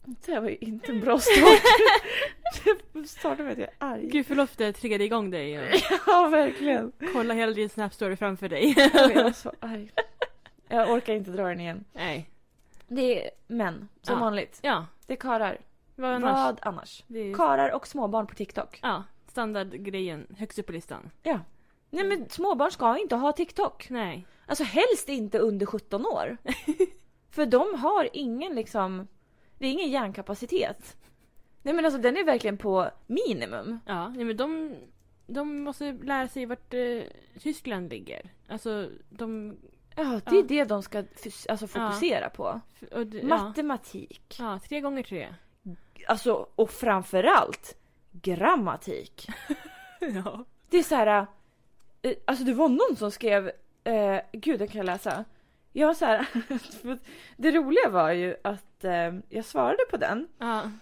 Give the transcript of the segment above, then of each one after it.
Det var ju inte en bra start. Det startade med att jag är arg. Gud, förlåt, det triggade igång dig. Ja, verkligen. Kolla hela din Snap-story framför dig. Jag är så arg. Jag orkar inte dra den igen. Nej. Det är män, som vanligt. Ja. Det är karar. Vad annars? Det är... Karar och småbarn på TikTok. Ja, standardgrejen högst upp på listan. Ja. Nej, men småbarn ska inte ha TikTok. Nej. Alltså helst inte under 17 år. För de har ingen liksom... Det är ingen hjärnkapacitet. Nej, men alltså den är verkligen på minimum. Ja, men de måste lära sig vart Tyskland ligger. Alltså de... Ja, det är det de ska fokusera på. Och Matematik. Ja, 3 gånger 3. Alltså, och framförallt grammatik. Ja. Det är så här... Alltså det var någon som skrev... Gud, den kan jag läsa. Jag var så här... det roliga var ju att jag svarade på den. Ja.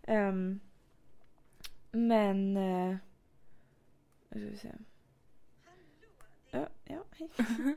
Men... ska vi se. Ja, hej.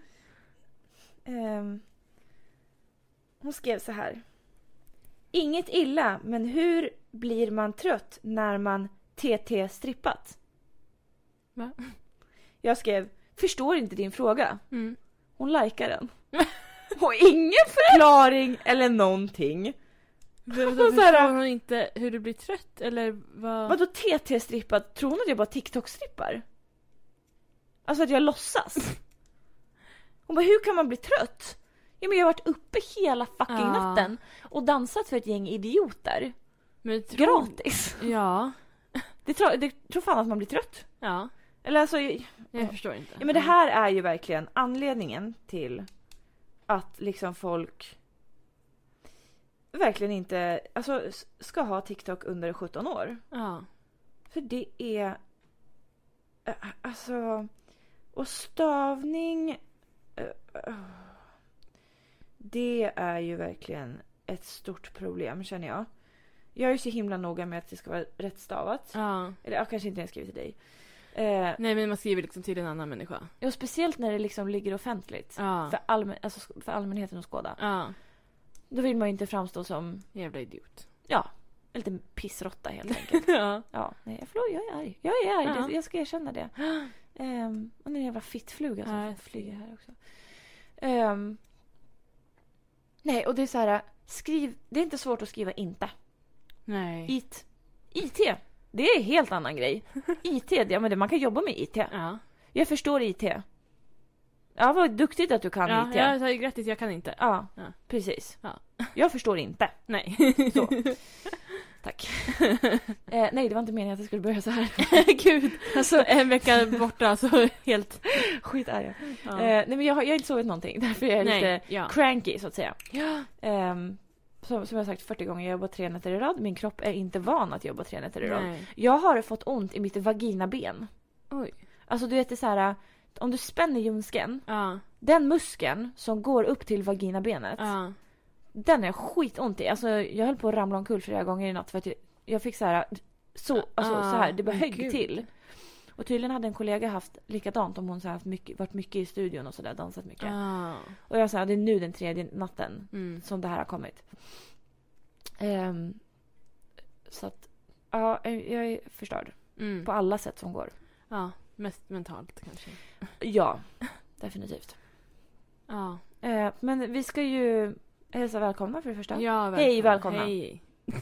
Hon skrev så här. Inget illa, men hur blir man trött när man TT-strippat? Va? Jag skrev, förstår inte din fråga. Mm. Hon likar den. Och ingen förklaring eller någonting. Förstår hon inte hur du blir trött? Eller vad? Vadå TT-strippat? Tror hon att jag bara TikTok-strippar? Alltså att jag låtsas. Hon bara, hur kan man bli trött? Ja, men jag har varit uppe hela fucking natten och dansat för ett gäng idioter. Men gratis. Ja. Det tror fan att man blir trött. Ja. Eller alltså... Jag förstår inte. Ja, men det här är ju verkligen anledningen till att liksom folk verkligen inte ska ha TikTok under 17 år. Ja. För det är alltså, och stavning det är ju verkligen ett stort problem, känner jag. Jag är ju så himla noga med att det ska vara rätt stavat. Ja. Eller jag kanske inte ens skriver till dig. Nej, men man skriver liksom till en annan människa. Ja, speciellt när det liksom ligger offentligt. Ja. För allmänheten att skåda. Ja. Då vill man ju inte framstå som... Jävla idiot. Ja, en liten pissrotta helt enkelt. Ja, nej, förlåt, jag är arg. Ja. Jag ska erkänna det. Och en jävla fittfluga som flyger här också. Nej, och det är så här... Det är inte svårt att skriva inte. Nej. IT. Det är en helt annan grej. IT, ja, men man kan jobba med IT. Ja. Jag förstår IT. Ja, vad duktigt att du kan IT. Ja, grattis, jag kan inte. Ja. Precis. Ja. Jag förstår inte. Nej. Så. Tack. Nej, det var inte meningen att jag skulle börja så här. Gud, alltså en vecka borta så helt skitarga. Ja. Nej, men jag har inte sovit någonting. Därför är jag lite cranky, så att säga. Ja. Som jag har sagt 40 gånger, jag jobbar 3 nätter i rad. Min kropp är inte van att jobba 3 nätter i rad. Nej. Jag har fått ont i mitt vaginaben. Oj. Alltså du vet, det är så här, om du spänner ljumsken, den muskeln som går upp till vaginabenet, den är skitont i. Alltså jag höll på att ramla omkull flera gånger i natt för att jag fick så här, så här, det bara högg till. Och tydligen hade en kollega haft likadant, om hon så här varit mycket i studion och så där, dansat mycket. Och jag sa, det är nu den 3:e natten som det här har kommit. Så att ja, jag är förstörd på alla sätt som går. Ja, mest mentalt kanske. Ja, definitivt. Ja. Men vi ska ju hälsa välkomna för det första. Ja, välkomna. Hej, välkomna. Hej.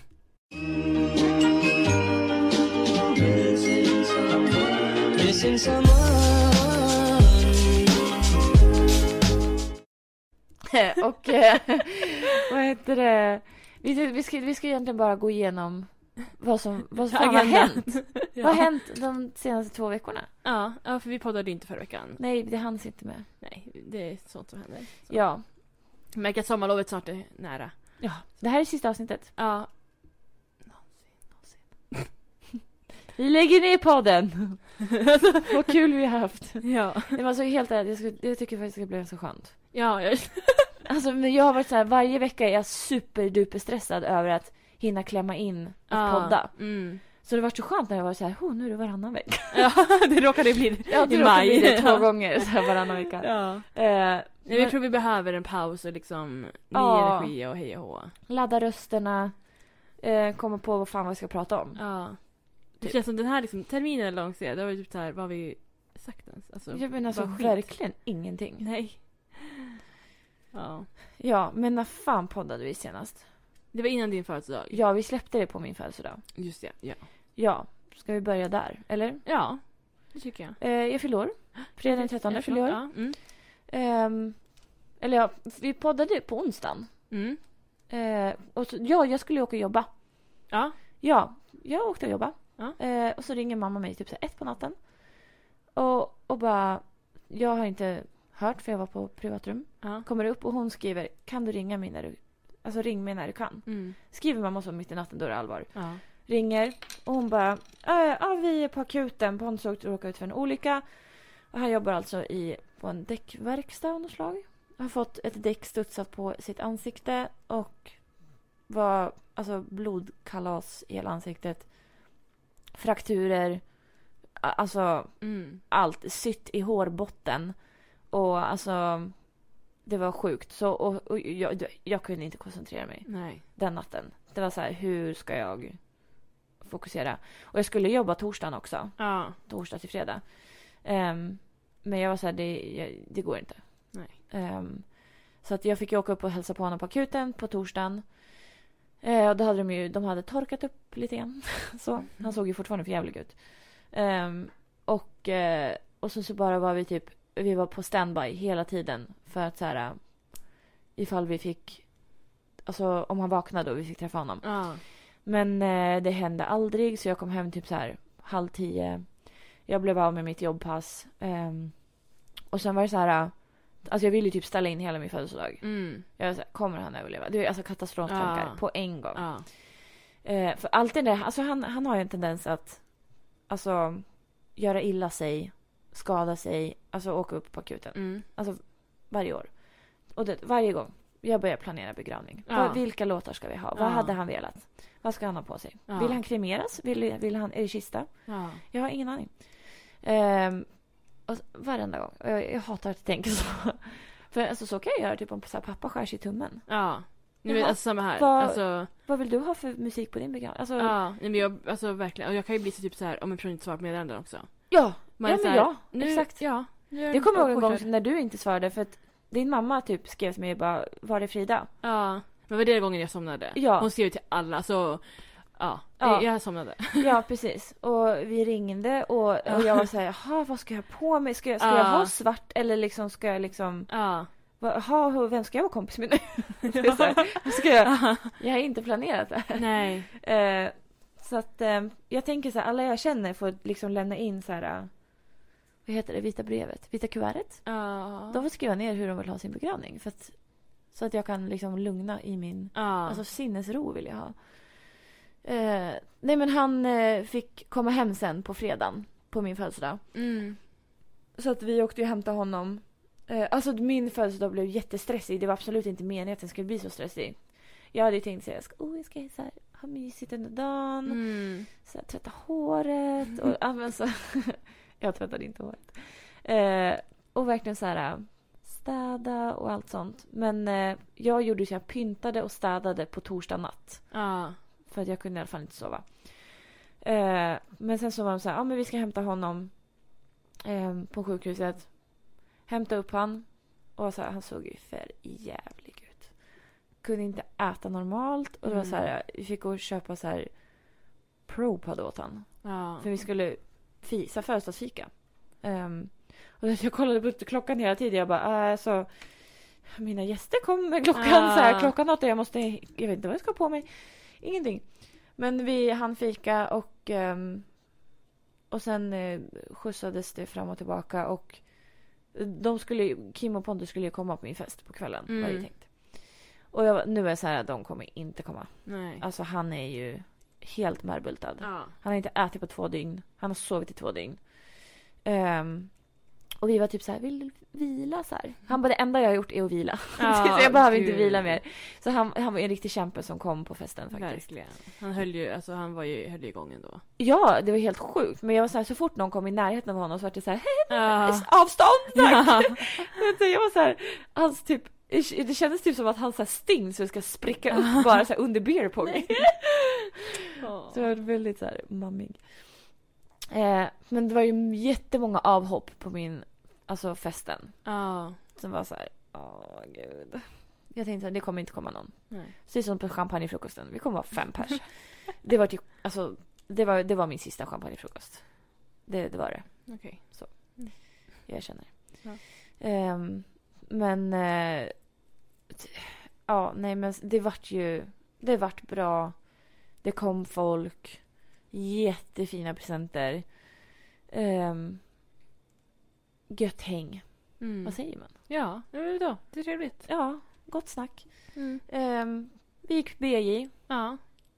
Och vad heter det? Vi ska egentligen bara gå igenom vad som har hänt. Vad har hänt de senaste 2 veckorna? Ja, för vi poddade inte förra veckan. Nej, det hanns inte med. Nej, det är sånt som händer. Så. Ja. Jag märker att sommarlovet snart är nära. Ja, det här är sista avsnittet. Ja. Någonsin. Vi lägger ner podden. Vad kul vi har haft. Ja. Det var så helt ärligt, jag tycker faktiskt att det blev så skönt. Ja. Alltså, men jag har varit så här, varje vecka är jag superduper stressad över att hinna klämma in och podda. Så det var så skönt när jag var så här, nu är det varannan vecka. Ja, det råkade bli i maj. Bli det 2 gånger så här varannan vecka. Ja. Jag tror vi behöver en paus och liksom ny energi och hej och hå. Ladda rösterna. komma på vad fan vi ska prata om. Ja. Det känns som den här liksom, terminen är lång sedan. Det var ju typ så här, vad vi sagt ens? Alltså, jag menar alltså verkligen ingenting. Nej. Ja. Ja, men när fan poddade vi senast? Det var innan din födelsedag. Ja, vi släppte det på min födelsedag. Just det, ja. Ja, ska vi börja där, eller? Ja, det tycker jag. Jag fyller år. Fredag den 13 fyller år. Ja. Eller ja, vi poddade på onsdagen. Och så, jag skulle åka och jobba. Ja. Ja, jag åkte och jobba. Ja. Och så ringer mamma mig typ så 1 på natten. Och bara, jag har inte hört för jag var på privatrum. Ja. Kommer upp och hon skriver, kan du ringa mig ring mig när du kan. Skriver mamma så mitt i natten, då är det allvar. Ja. Ringer och hon bara, vi är på akuten. Pontus råkade ut för en olycka. Och han jobbar alltså på en däckverkstad av något slag. Har fått ett däck studsat på sitt ansikte och var alltså blodkalas i hela ansiktet. Frakturer, alltså allt, sytt i hårbotten. Och alltså det var sjukt. Så, och jag kunde inte koncentrera mig. Nej. Den natten. Det var så här, hur ska jag fokusera? Och jag skulle jobba torsdagen också. Ja. Torsdag till fredag. Men jag var så här, det går inte. Nej. Så att jag fick åka upp och hälsa på honom på akuten på torsdagen. Och då hade de hade torkat upp lite grann. Så. Han såg ju fortfarande för jävligt ut. Och så bara var vi var på standby hela tiden. För att så här, ifall vi fick, alltså om han vaknade och vi fick träffa honom. Ja. Men det hände aldrig, så jag kom hem typ så här 9:30. Jag blev av med mitt jobbpass. Och sen var det så här, alltså jag ville ju typ ställa in hela min födelsedag. Jag var så här, kommer han överleva? Det är alltså katastroftankar på en gång. Ja. För alltid det, alltså han har ju en tendens att alltså göra illa sig, skada sig, alltså åka upp på akuten. Alltså varje år. Och varje gång jag börjar planera begravning. Vilka låtar ska vi ha? Vad hade han velat? Vad ska han ha på sig? Vill han kremeras? Vill han, är det kista? Jag har ingen aning. Och varenda gång. Jag hatar att tänka så. För alltså, så kan jag göra typ om så här, pappa skär sig i tummen. Ja. Nu alltså samma här. Vad vill du ha för musik på din begravning? Alltså, ja, men jag, alltså verkligen. Och jag kan ju bli så typ så här, om en person inte svarar på meddelanden också. Ja, nu, exakt. Ja, det kommer jag ihåg en gång när du inte svarade, för att din mamma typ skrev till mig bara, var det Frida? Ja, men var det gången jag somnade? Ja. Hon skrev till alla, så jag somnade. Ja, precis. Och vi ringde och jag var så här, jaha, vad ska jag ha på mig? Ska jag ha svart eller liksom ska jag liksom... vem ska jag vara kompis med nu? Jag har inte planerat det här. Nej. Så att jag tänker så här, alla jag känner får liksom lämna in så här, vad heter det, vita kuvertet. De får skriva ner hur de vill ha sin begravning för att, så att jag kan liksom lugna i min alltså sinnesro vill jag ha. Nej, men han fick komma hem sen på fredagen på min födelsedag. Så att vi åkte ju hämta honom. Alltså min födelsedag blev jättestressig. Det var absolut inte meningen att den skulle bli så stressig. Jag hade tänkt att jag ska så här, ha mysigt under dagen. Så här, tvätta håret. Och, så, jag tvättade inte håret. Och verkligen så här städa och allt sånt. Men jag gjorde så jag pyntade och städade på torsdag natt. För att jag kunde i alla fall inte sova. Men sen så var de så här, men vi ska hämta honom på sjukhuset. Hämta upp han. Och så här, han såg ju för jävlig ut. Kunde inte äta normalt. Och det var så här, vi fick gå och köpa så här Propad åt han. För vi skulle födelsedagsfika. Och jag kollade på klockan hela tiden. Jag bara, så mina gäster kom med klockan så här, klockan 8. Jag vet inte vad jag ska ha på mig. Ingenting. Men vi hann fika och sen skjutsades det fram och tillbaka och Kim och Pontus skulle ju komma på min fest på kvällen, var det tänkt. Och nu är jag så här, de kommer inte komma. Nej. Alltså han är ju helt märbultad. Han har inte ätit på 2 dygn. Han har sovit i 2 dygn. Och vi var typ så här, vill du vila så här? Han bara, det enda jag har gjort är att vila. Så jag behöver inte vila mer. Så han var en riktig kämpe som kom på festen faktiskt. Verkligen. Han höll ju igång ändå. Ja, det var helt sjukt. Men jag var så här, så fort någon kom i närheten av honom så var det så här, avstånd! Jag var så här, hans typ, det kändes typ som att han så här sting så ska spricka upp bara så här under beer på mig. Så jag var väldigt så här mammig. Men det var ju jättemånga avhopp på min festen. Som var så här, gud. Jag tänkte att det kommer inte komma någon. Nej. Så det är som på champagnefrukosten. Vi kommer vara 5 pers. Det var typ, det var min sista champagnefrukost. Det var det. Okej. Så. Jag känner. Ja. Men nej, men det vart bra. Det kom folk. Jättefina presenter. Gött häng. Vad säger man? Ja, det är trevligt. Ja, gott snack. Vi gick på BJ. Ja.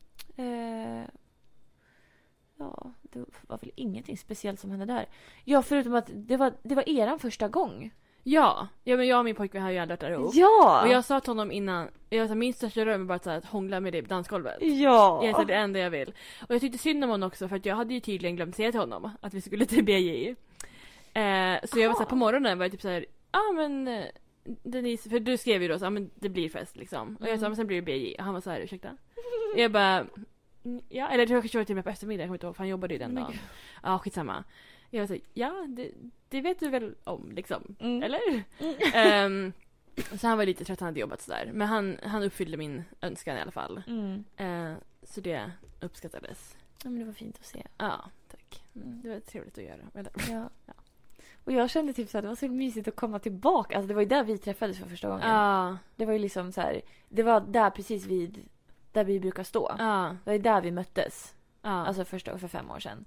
Det var väl ingenting speciellt som hände där. Ja, förutom att det var eran första gång. Ja, men jag och min pojkvän har ju aldrig varit där ihop. Ja! Och jag sa till honom innan, min största dröm är bara att hångla med dig på dansgolvet. Ja! Det är det enda jag vill. Och jag tyckte synd om honom också, för att jag hade ju tydligen glömt säga till honom att vi skulle till BJ. Så jag var såhär, på morgonen var jag typ såhär, men Denise, för du skrev ju då så, men det blir fest liksom. Och jag sa, men sen blir det BJ. Och han var såhär, ursäkta. Jag bara, ja, eller jag kanske var till mig på eftermiddag, jag kommer inte ihåg, för han jobbade ju den dagen. Ja, skitsamma. Jag var såhär, ja, det vet du väl om liksom, eller? Så han var lite trött, han hade jobbat sådär. Men han uppfyllde min önskan i alla fall. Så det uppskattades. Ja, men det var fint att se. Ja, tack. Det var trevligt att göra. Ja. Och jag kände typ så att det var så mysigt att komma tillbaka. Alltså det var ju där vi träffades för första gången. Ja. Det var ju liksom så här, det var där precis vid där vi brukar stå. Ja. Det var ju där vi möttes. Ja. Alltså för 5 år sedan.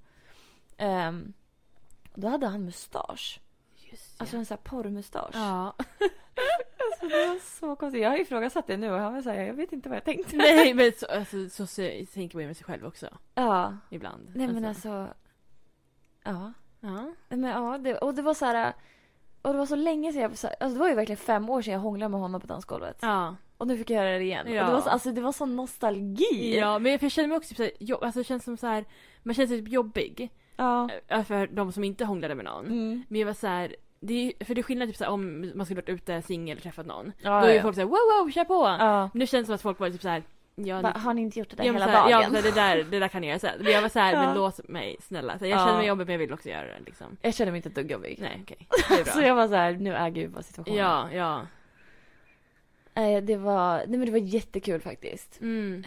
Då hade han mustasch. Just det. Alltså en sån här porrmustasch. Ja. Alltså det var så konstigt. Jag har ifrågasatt det nu och han var så här, jag vet inte vad jag tänkte. Nej, men så tänker man med sig själv också. Ja. Ibland. Nej, men alltså. Ja. Ja. Men ja, det var så här. Och det var så länge sedan alltså det var ju verkligen 5 år sedan jag hånglade med honom på dansgolvet. Ja. Och nu fick jag göra det igen. Ja. Och det var så nostalgi. Ja, men jag känner mig också typ så här, alltså det känns som så här, man känns typ jobbig. Ja. För de som inte hånglade med någon. Men jag var så här, för det är skillnad typ så här, om man skulle varit ute singel och träffat någon. Ja, då är folk så här, wow, kör på. Ja. Nu känns det som att folk var typ så här, har ni inte gjort det där hela dagen? Ja, det där kan jag göra sen. Men jag var så här, men låt mig snälla. Så jag känner mig jobbig, men jag vill också göra det liksom. Jag känner mig inte ett dugg jobbig. Nej, okej. Det är bra. Så jag var så här, nu äger vi bara situationen. Ja. Det var jättekul faktiskt.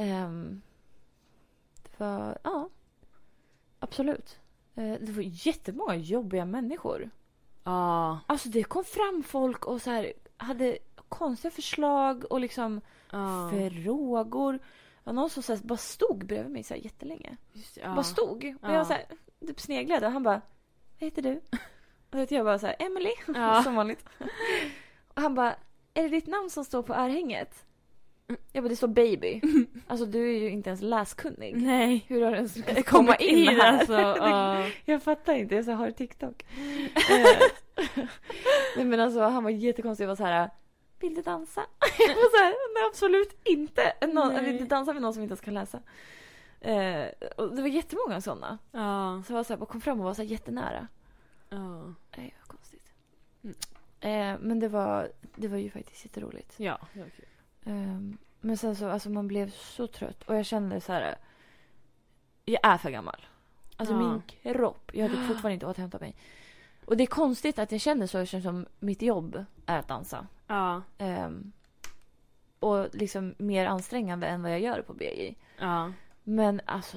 Det var, absolut. Det var jättemånga jobbiga människor. Ja. Alltså det kom fram folk och så här hade konstiga förslag och liksom frågor. Och någon som så här, bara stod bredvid mig så här jättelänge. Bara stod. Och jag var så här, typ sneglade och han bara, vad heter du? Och jag bara så här, Emily. Som vanligt. Och han bara, är det ditt namn som står på örhänget? Jag bara, det står baby. Alltså du är ju inte ens läskunnig. Nej. Hur har du ens komma in här? Alltså, jag fattar inte, jag har TikTok. Nej, men alltså han var jättekonstig. Jag var så här, vill du dansa? Jag var så här, nej absolut inte. Jag vill inte dansa med någon som inte ens kan läsa. Och det var jättemånga sådana. Så jag var så här, kom fram och var så här jättenära. Det var konstigt. Men det var ju faktiskt jätteroligt. Ja, det var kul. Men sen så, alltså man blev så trött. Och jag kände så här, jag är för gammal. Alltså min kropp, jag hade fortfarande inte återhämtat mig. Och det är konstigt att jag känner så, som mitt jobb är att dansa. Ja. Och liksom mer ansträngande än vad jag gör på BJ. Ja. Men alltså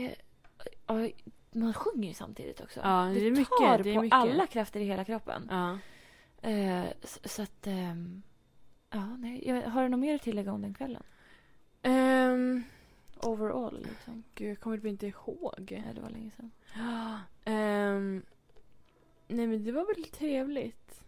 man sjunger ju samtidigt också. Ja, det är mycket. tar det är på mycket. alla krafter i hela kroppen. Ja. Så att nej. Har du något mer att tillägga om den kvällen? Overall liksom. Gud, jag kommer inte ihåg. Nej, det var länge sedan. Nej, men det var väl trevligt.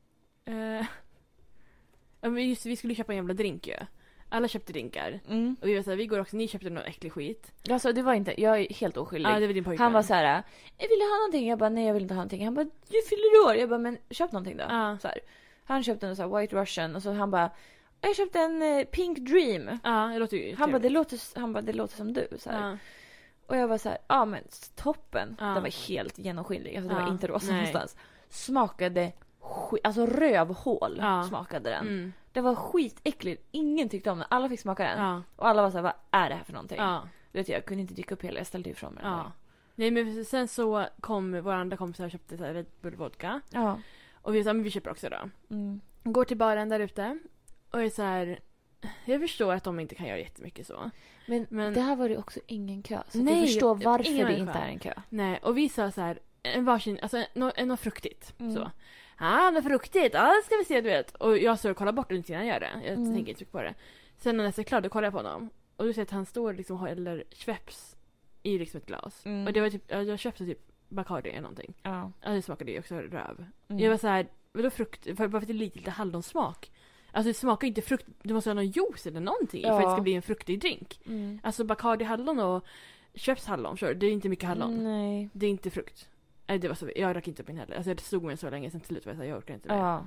Men just vi skulle köpa en jävla drink ju. Alla köpte drinkar. Och vi var såhär, vi går också, ni köpte någon äcklig skit. Alltså det var inte, jag är helt oskyldig. Det var din pojkvän. Han var såhär, jag vill ha någonting. Jag bara, nej jag vill inte ha någonting. Han bara, du fyller år. Jag bara, men köp någonting då. Så här. Han köpte en sån här White Russian. Och så han bara, jag köpte en Pink Dream. Det låter ju han bara, det låter som du. Så här. Och jag var så här, men toppen. Den var helt genomskinlig. Alltså, det var inte rosa någonstans. Smakade alltså rövhål smakade den. Det var skitäckligt. Ingen tyckte om den. Alla fick smaka den. Och alla var så här, vad är det här för någonting? Jag kunde inte dricka upp hela, jag ställde ifrån mig. Ja. Nej, men sen så kom våra andra kompisar och köpte så här Red Bull vodka. Ja. Och vi sa, men vi köper också då. Går till baren där ute och är så här, jag förstår att de inte kan göra jättemycket så. Men det här var det också ingen kö. Så nej, jag förstår varför det inte är en kö. Nej, och vi sa så här, en varsin, alltså något fruktigt. Så. Men fruktigt, det ska vi se, du vet. Och jag står och kollar bort innan jag gör det. Jag tänker inte på det. Sen när jag är klar, då kollar jag på honom. Och du ser att han står liksom och håller Schweppes i liksom ett glas. Och det var typ, jag köpte typ Bacardi eller någonting. Ja. Det smakade ju också röv. Jag var så här, vadå frukt? Bara för det är lite hallonsmak. Alltså det smakar inte frukt, du måste ha någon juice eller någonting för att det ska bli en fruktig drink. Alltså Bacardi hallon och Schweppes hallon, det är inte mycket hallon. Nej. Det är inte frukt. Nej, det var så, jag drack inte upp min heller. Alltså det stod mig så länge sen till slut var jag orkar inte det. Ja.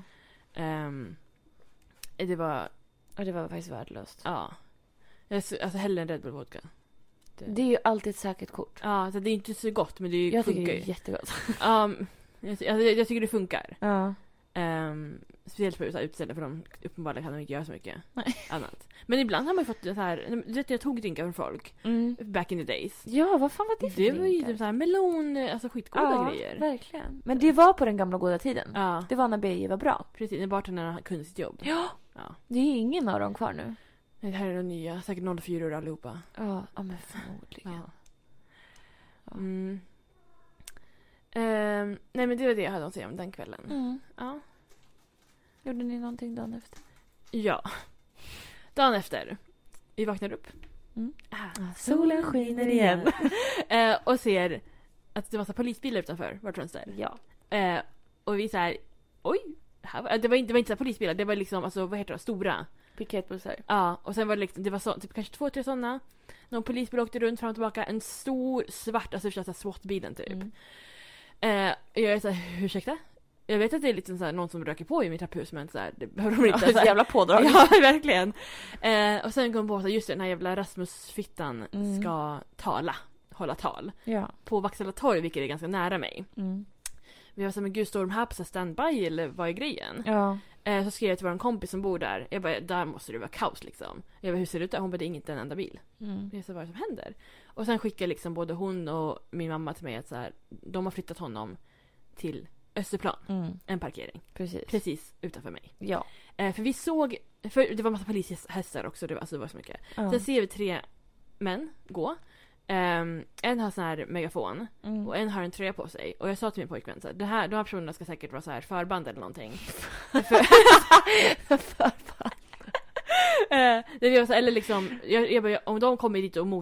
Det var faktiskt värdelöst. Ja. Alltså hellre en Red Bull vodka. Det är ju alltid ett säkert kort. Ja, alltså det är inte så gott, men det är ju, jag tycker det är jättegott. Jag tycker det funkar. Ja. Speciellt på utställningar, för de uppenbarligen kan de inte göra så mycket annat. Men ibland har man ju fått det här, du vet, jag tog drinkar från folk back in the days. Ja, vad fan var det för drinkar? Det var ju typ så här melon, alltså skitgoda grejer. Ja, verkligen. Men det var på den gamla goda tiden. Ja. Det var när BJ var bra. Precis, när bartenderna kunde sitt jobb. Ja. Det är ingen av dem kvar nu. Det här är de nya, säkert 04 år allihopa. Ja, men förmodligen. Ja. Nej, men det var det jag hade att säga om den kvällen. Ja. Gjorde ni någonting dagen efter? Ja. Dagen efter. Vi vaknar upp. Solen skiner igen. Och ser att det var massa polisbilar utanför vårt fönster. Ja. Och vi så här, oj. Det var inte så polisbilar. Det var liksom, alltså, vad heter det? Stora. Piketbussar. Ja, och sen var det liksom, det var så, typ kanske 2-3 sådana. Någon polisbil åkte runt fram och tillbaka. En stor svart, alltså så SWAT-bilen typ. Jag är så här, ursäkta? Jag vet att det är lite så här, någon som röker på i mitt trapphus, men så här, det behöver de inte. Så jävla pådrag. Ja, verkligen. Och sen kom på att just den här jävla Rasmus-fittan ska hålla tal. Ja. På Vaksala torg, vilket är ganska nära mig. Vi var så här, men gud, står de här på så här standby eller vad är grejen? Ja. Så skrev jag till vår kompis som bor där. Jag bara, där måste det vara kaos liksom. Jag bara, hur ser det ut där? Hon bara, det är inte en enda bil. Jag sa, vad är det som händer? Och sen skickade liksom både hon och min mamma till mig att så här, de har flyttat honom till Österplan. En parkering. Precis utanför mig. Ja. För vi såg, för det var massa polishästar också, det var så mycket. Sen ser vi 3 män gå. En har sån här megafon och en har en tröja på sig. Och jag sa till min pojkvän så här, de här personerna ska säkert vara så här förband eller någonting. Förband. Eller liksom, jag bara, om de kommer dit och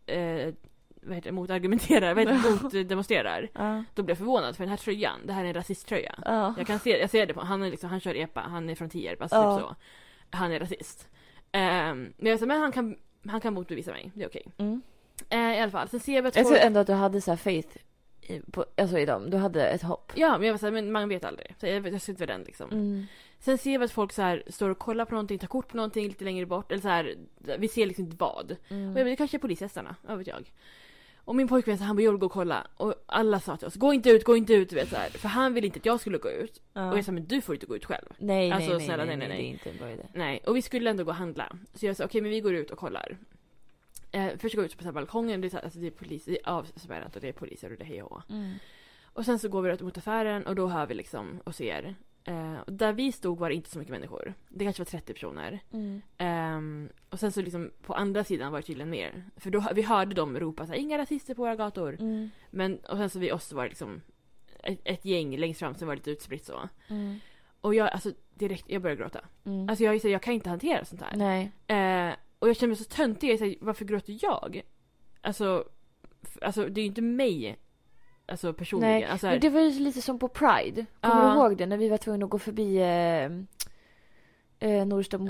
mot demonstrerar, då blir jag förvånad, för den här tröjan, det här är en rasisttröja. Jag ser det på, han kör EPA, han är från Tierp, alltså typ så. Han är rasist. Men jag sa, men han kan motbevisa mig, det är okej. I alla fall, så ser jag att jag tror ändå att du hade så här faith i dem, du hade ett hopp. Ja, men jag var så här, men man vet aldrig. Så jag sitter den liksom. Sen ser vi att folk så här står och kollar på någonting, tar kort på någonting lite längre bort, eller så här, vi ser liksom inte vad. Och jag vet, det kanske är polishästarna, vad vet jag. Och min pojkvän så han bara, jag vill gå och kolla. Och alla sa till oss, gå inte ut, du vet så här. För han ville inte att jag skulle gå ut. Och jag sa, men du får inte gå ut själv. Nej, det är inte en bra idé. Nej, och vi skulle ändå gå och handla. Så jag sa, okej, men vi går ut och kollar. Först går vi ut på så här balkongen, det är polis, det är avspärrat och det är poliser och det är hej och och sen så går vi ut mot affären och då hör vi liksom och ser. Där vi stod var det inte så mycket människor. Det kanske var 30 personer. Och sen så liksom på andra sidan var det tydligen mer. För då vi hörde dem ropa så här, inga rasister på våra gator. Men och sen så vid oss var det liksom ett gäng längst fram som var lite utspritt så. Och jag, alltså direkt, jag började gråta. Alltså jag kan inte hantera sånt här. Nej. Och jag känner mig så töntig. Jag säger, varför gråter jag? Alltså det är ju inte mig. Alltså personligen. Nej, alltså, men det var ju lite som på Pride. Kommer du ihåg det? När vi var tvungna att gå förbi Nordstam.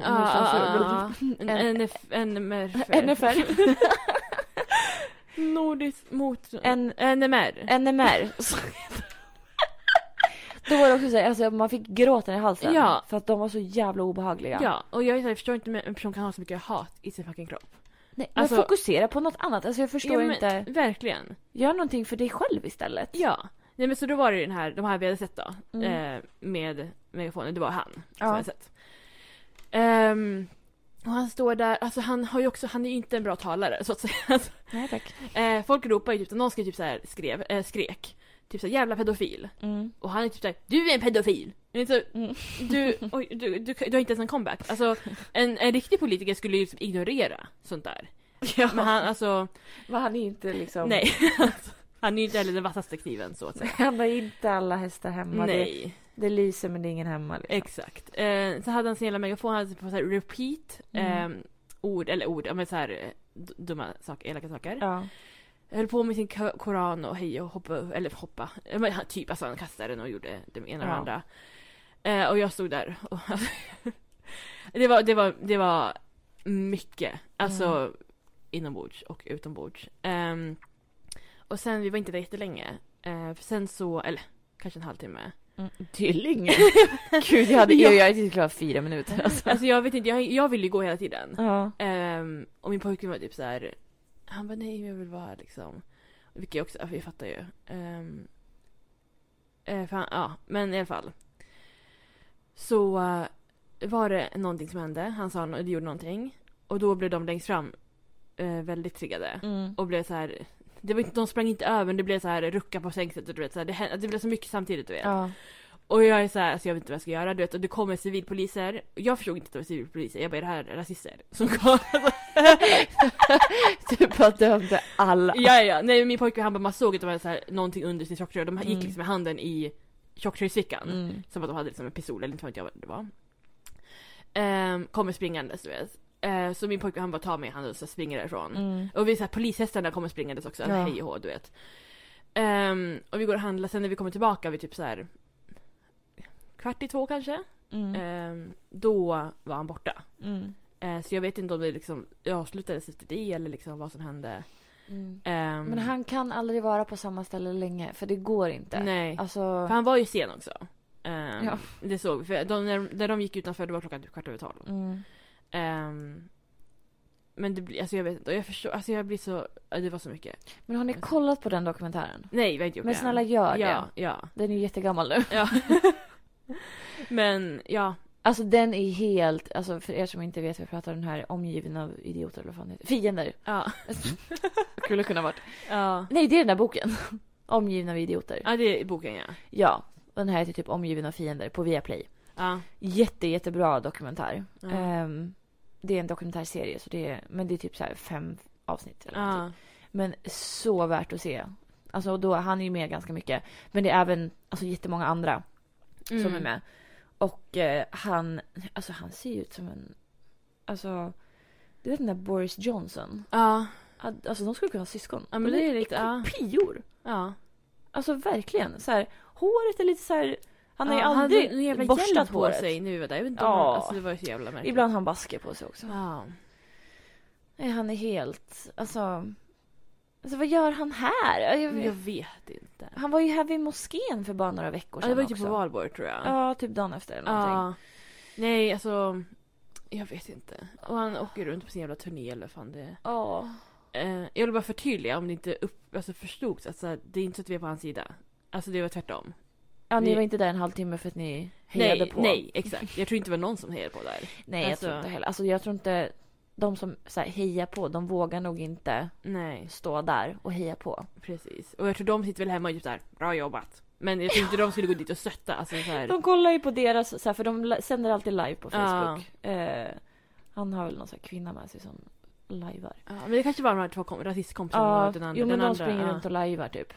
NFR. Nordisk mot NMR. Då var det också så här, alltså man fick gråta i halsen. Ja. För att de var så jävla obehagliga. Ja, och jag förstår inte hur en person kan ha så mycket hat i sin fucking kropp. Nej, men fokusera på något annat. Alltså jag förstår inte. Verkligen. Gör någonting för dig själv istället. Ja. Nej, men så då var det de här vi hade sett då. Med megafonen. Det var han som jag hade sett. Och han står där, alltså han är ju inte en bra talare så att säga. Nej tack. Folk ropar ju typ, någon ska typ så här skrek. Typ så här, jävla pedofil. Och han är typ så här, du är en pedofil. Du har inte ens en comeback. Alltså en riktig politiker skulle ju liksom ignorera sånt där. Ja. Men han alltså... Men han är inte liksom... Nej, han är ju inte heller den vassaste kniven så att säga. Han har inte alla hästar hemma. Nej. Det lyser men det är ingen hemma. Liksom. Exakt. Så hade han sin hela megafon, han hade på så här repeat ord, men så här dumma saker, elaka saker. Ja. Höll på med sin koran och hej och hoppa. Men typ, alltså han kastade den och gjorde det ena och det andra. Och jag stod där och det var mycket. Alltså inombords och utombords. Och sen, vi var inte där jättelänge. Sen så, eller kanske en halvtimme. Det är länge. Gud, jag är inte klar 4 minuter. Alltså jag vet inte, jag ville ju gå hela tiden. Ja. Och min pojke var typ så här. Han bara, nej, jag vill vara liksom. Vilket jag också, jag fattar ju. Men i alla fall. Så var det någonting som hände. Han sa det gjorde någonting. Och då blev de längst fram väldigt triggade. Och blev så här. Det var inte, de sprang inte över, det blev så här rucka på sängset och du vet så här, det blev så mycket samtidigt, du vet. Ja. Och jag är så här, alltså jag vet inte vad jag ska göra, du vet, och det kommer civilpoliser. Jag förstod inte att det var civilpoliser. Jag bara, är det här rasister som kom? Du bara dömde alla. Ja. Nej, min pojke, han bara, man såg att det var så här någonting under sin tjocktröja. De gick liksom med handen i tjocktröjsfickan. Som att de hade liksom en pistol, eller inte vet jag vad det var. Kommer springandes, du vet. Så min pojke, han bara tar mig i handen och så springer därifrån. Och vi så här, polishästarna kommer springandes också. Ja. Hej och hå, du vet. Och vi går och handlar. Sen när vi kommer tillbaka, vi typ så här 1:45 kanske. Då var han borta. Så jag vet inte om det liksom avslutades efter det eller liksom vad som hände. Men han kan aldrig vara på samma ställe länge, för det går inte. Nej, alltså... för han var ju sen också. Det såg vi. För när de gick utanför, det var klockan 11:15. Men det blir, alltså jag vet inte, jag förstår, alltså jag blir så, det var så mycket. Men har ni kollat på den dokumentären? Nej, vi har inte gjort det. Men snälla gör det. Ja. Den är ju jättegammal nu. Ja. Men, ja. Alltså den är helt, alltså för er som inte vet, vi pratar den här omgiven av idioter eller vad fan heter. Fiender. Ja. Skulle kunna varit. Ja. Nej, det är den där boken. Omgiven av idioter. Ja, det är boken, ja. Ja, den här heter typ Omgiven av fiender på Viaplay. Ja. Jättebra dokumentär. Ja. Det är en dokumentärserie, så men det är typ så här 5 avsnitt eller något. Men så värt att se. Alltså då, han är ju med ganska mycket. Men det är även alltså jättemånga andra som är med. Och han ser ju ut som en, alltså, du vet den där Boris Johnson. Ja. Alltså de skulle kunna ha syskon. Ja, men det är lite kopior. Ja. Alltså verkligen så här, håret är lite så här, han har ju aldrig borstat på håret sig nu. Jag vet inte om alltså det var så jävla märkligt. Ibland har han basker på sig också. Ja. Han är helt, alltså vad gör han här? Jag vet inte. Han var ju här vid moskén för bara några veckor sedan. Det var ju också. Typ på valborg, tror jag. Ja, typ dagen efter eller någonting. Ja. Nej, alltså jag vet inte. Och han åker runt på sin jävla turné eller fan det. Ja. Jag vill bara förtydliga om det inte förstods. Alltså, det är inte så att vi är på hans sida. Alltså det var tvärtom. Ja, ni var inte där en halvtimme för att ni hejade på. Nej, exakt. Jag tror inte det var någon som hejade på där. Nej, jag tror inte heller. Alltså jag tror inte de som så här, hejar på, de vågar nog inte stå där och heja på. Precis. Och jag tror de sitter väl hemma och typ så här, bra jobbat. Men jag tror inte de skulle gå dit och stötta. Alltså, så här. De kollar ju på deras, så här, för de sänder alltid live på Facebook. Han har väl någon så här kvinna med sig som lajvar. Ja, men det kanske var de här 2 rasistkompisarna och den andra. Jo, men de andra, springer runt och lajvar typ.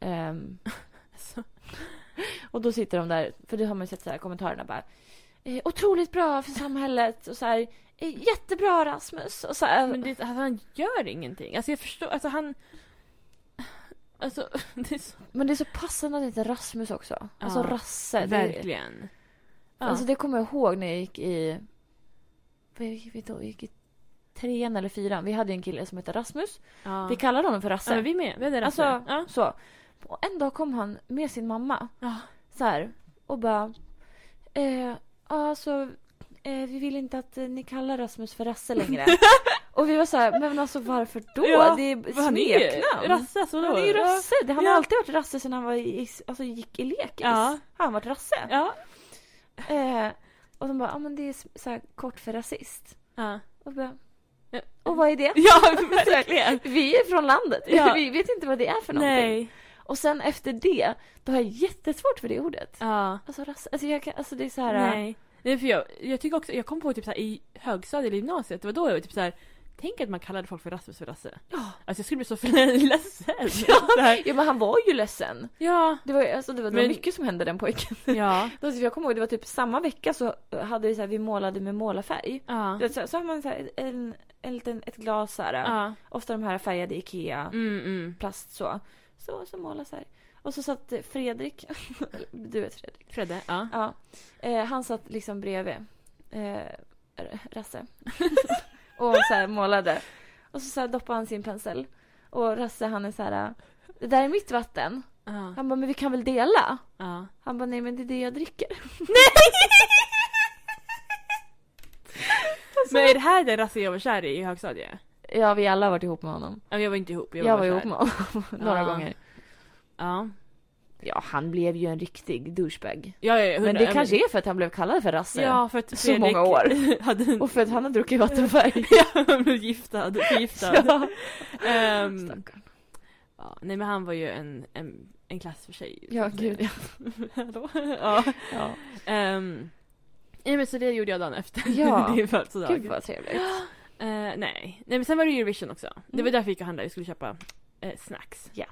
Och då sitter de där, för det har man ju sett så här kommentarerna bara, otroligt bra för samhället och så här, jättebra Rasmus och så här. Men det, alltså, han gör ingenting. Alltså jag förstår, alltså han alltså det är så... Men det är så passande att det heter Rasmus också. Alltså rasse. Verkligen. Alltså det kommer jag ihåg när jag gick i, vad gick vi då? Gick i 3:an eller 4:an. Vi hade en kille som hette Rasmus. Vi kallade honom för Rasse. Ja, vi med. Vi hade Rasse. Alltså, så. Och en dag kom han med sin mamma. Så här. Och bara, alltså, vi vill inte att ni kallar Rasmus för Rasse längre. Och vi var så här, men alltså varför då? Ja, det är smeknamn. Rasse, så då? Det är ju Rasse. Han har alltid varit Rasse sedan han var gick i lekis. Ja. Han har varit Rasse. Ja. Och de bara, men det är så här kort för rasist. Ja. Och bara, och vad är det? Ja, verkligen. Vi är från landet. Ja. Vi vet inte vad det är för någonting. Nej. Och sen efter det, då har jag jättesvårt för det ordet. Ja. Alltså det är så här. Nej. Nej, för jag tycker också, jag kom på typ så här, i högstadiet eller gymnasiet, det var då jag var typ så här, tänk att man kallade folk för Rasmus för Rasse. Ja. Alltså jag skulle bli så ledsen. Ja, men han var ju ledsen. Ja. Det var mycket som hände den pojken. Ja. Jag kommer ihåg, det var typ samma vecka så hade vi så här, vi målade med målarfärg. Ja. Så har man så här, ett glas så här. Ja. Ofta de här färgade Ikea plast så målar så här. Och så satt Fredrik, du vet Fredrik. Fredde, ja. Ja. Han satt liksom bredvid Rasse. Och så här målade. Och så här doppade han sin pensel. Och Rasse, han är så här, det där är mitt vatten. Han bara, men vi kan väl dela? Han bara, nej men det är det jag dricker. Nej! Men är det här den Rasse jag var kär i högstadiet? Ja, vi alla har varit ihop med honom. Ja, jag var inte ihop. Jag var ihop med honom några gånger. Ja. Ja, han blev ju en riktig douchebag. Ja, men det kanske är för att han blev kallad för Rasse. Ja, för att så Fredrik många år. Och för att han har druckit vattenfärg. Ja, han blev förgiftad. Ja. Ja, nej, men han var ju en klass för sig. Ja, gud, ja. Hallå? Ja. Ja, men så det gjorde jag dagen efter. Ja, det var så gud vad trevligt. Nej, men sen var det Eurovision också. Det var därför jag gick och handlade. Jag skulle köpa snacks. Ja.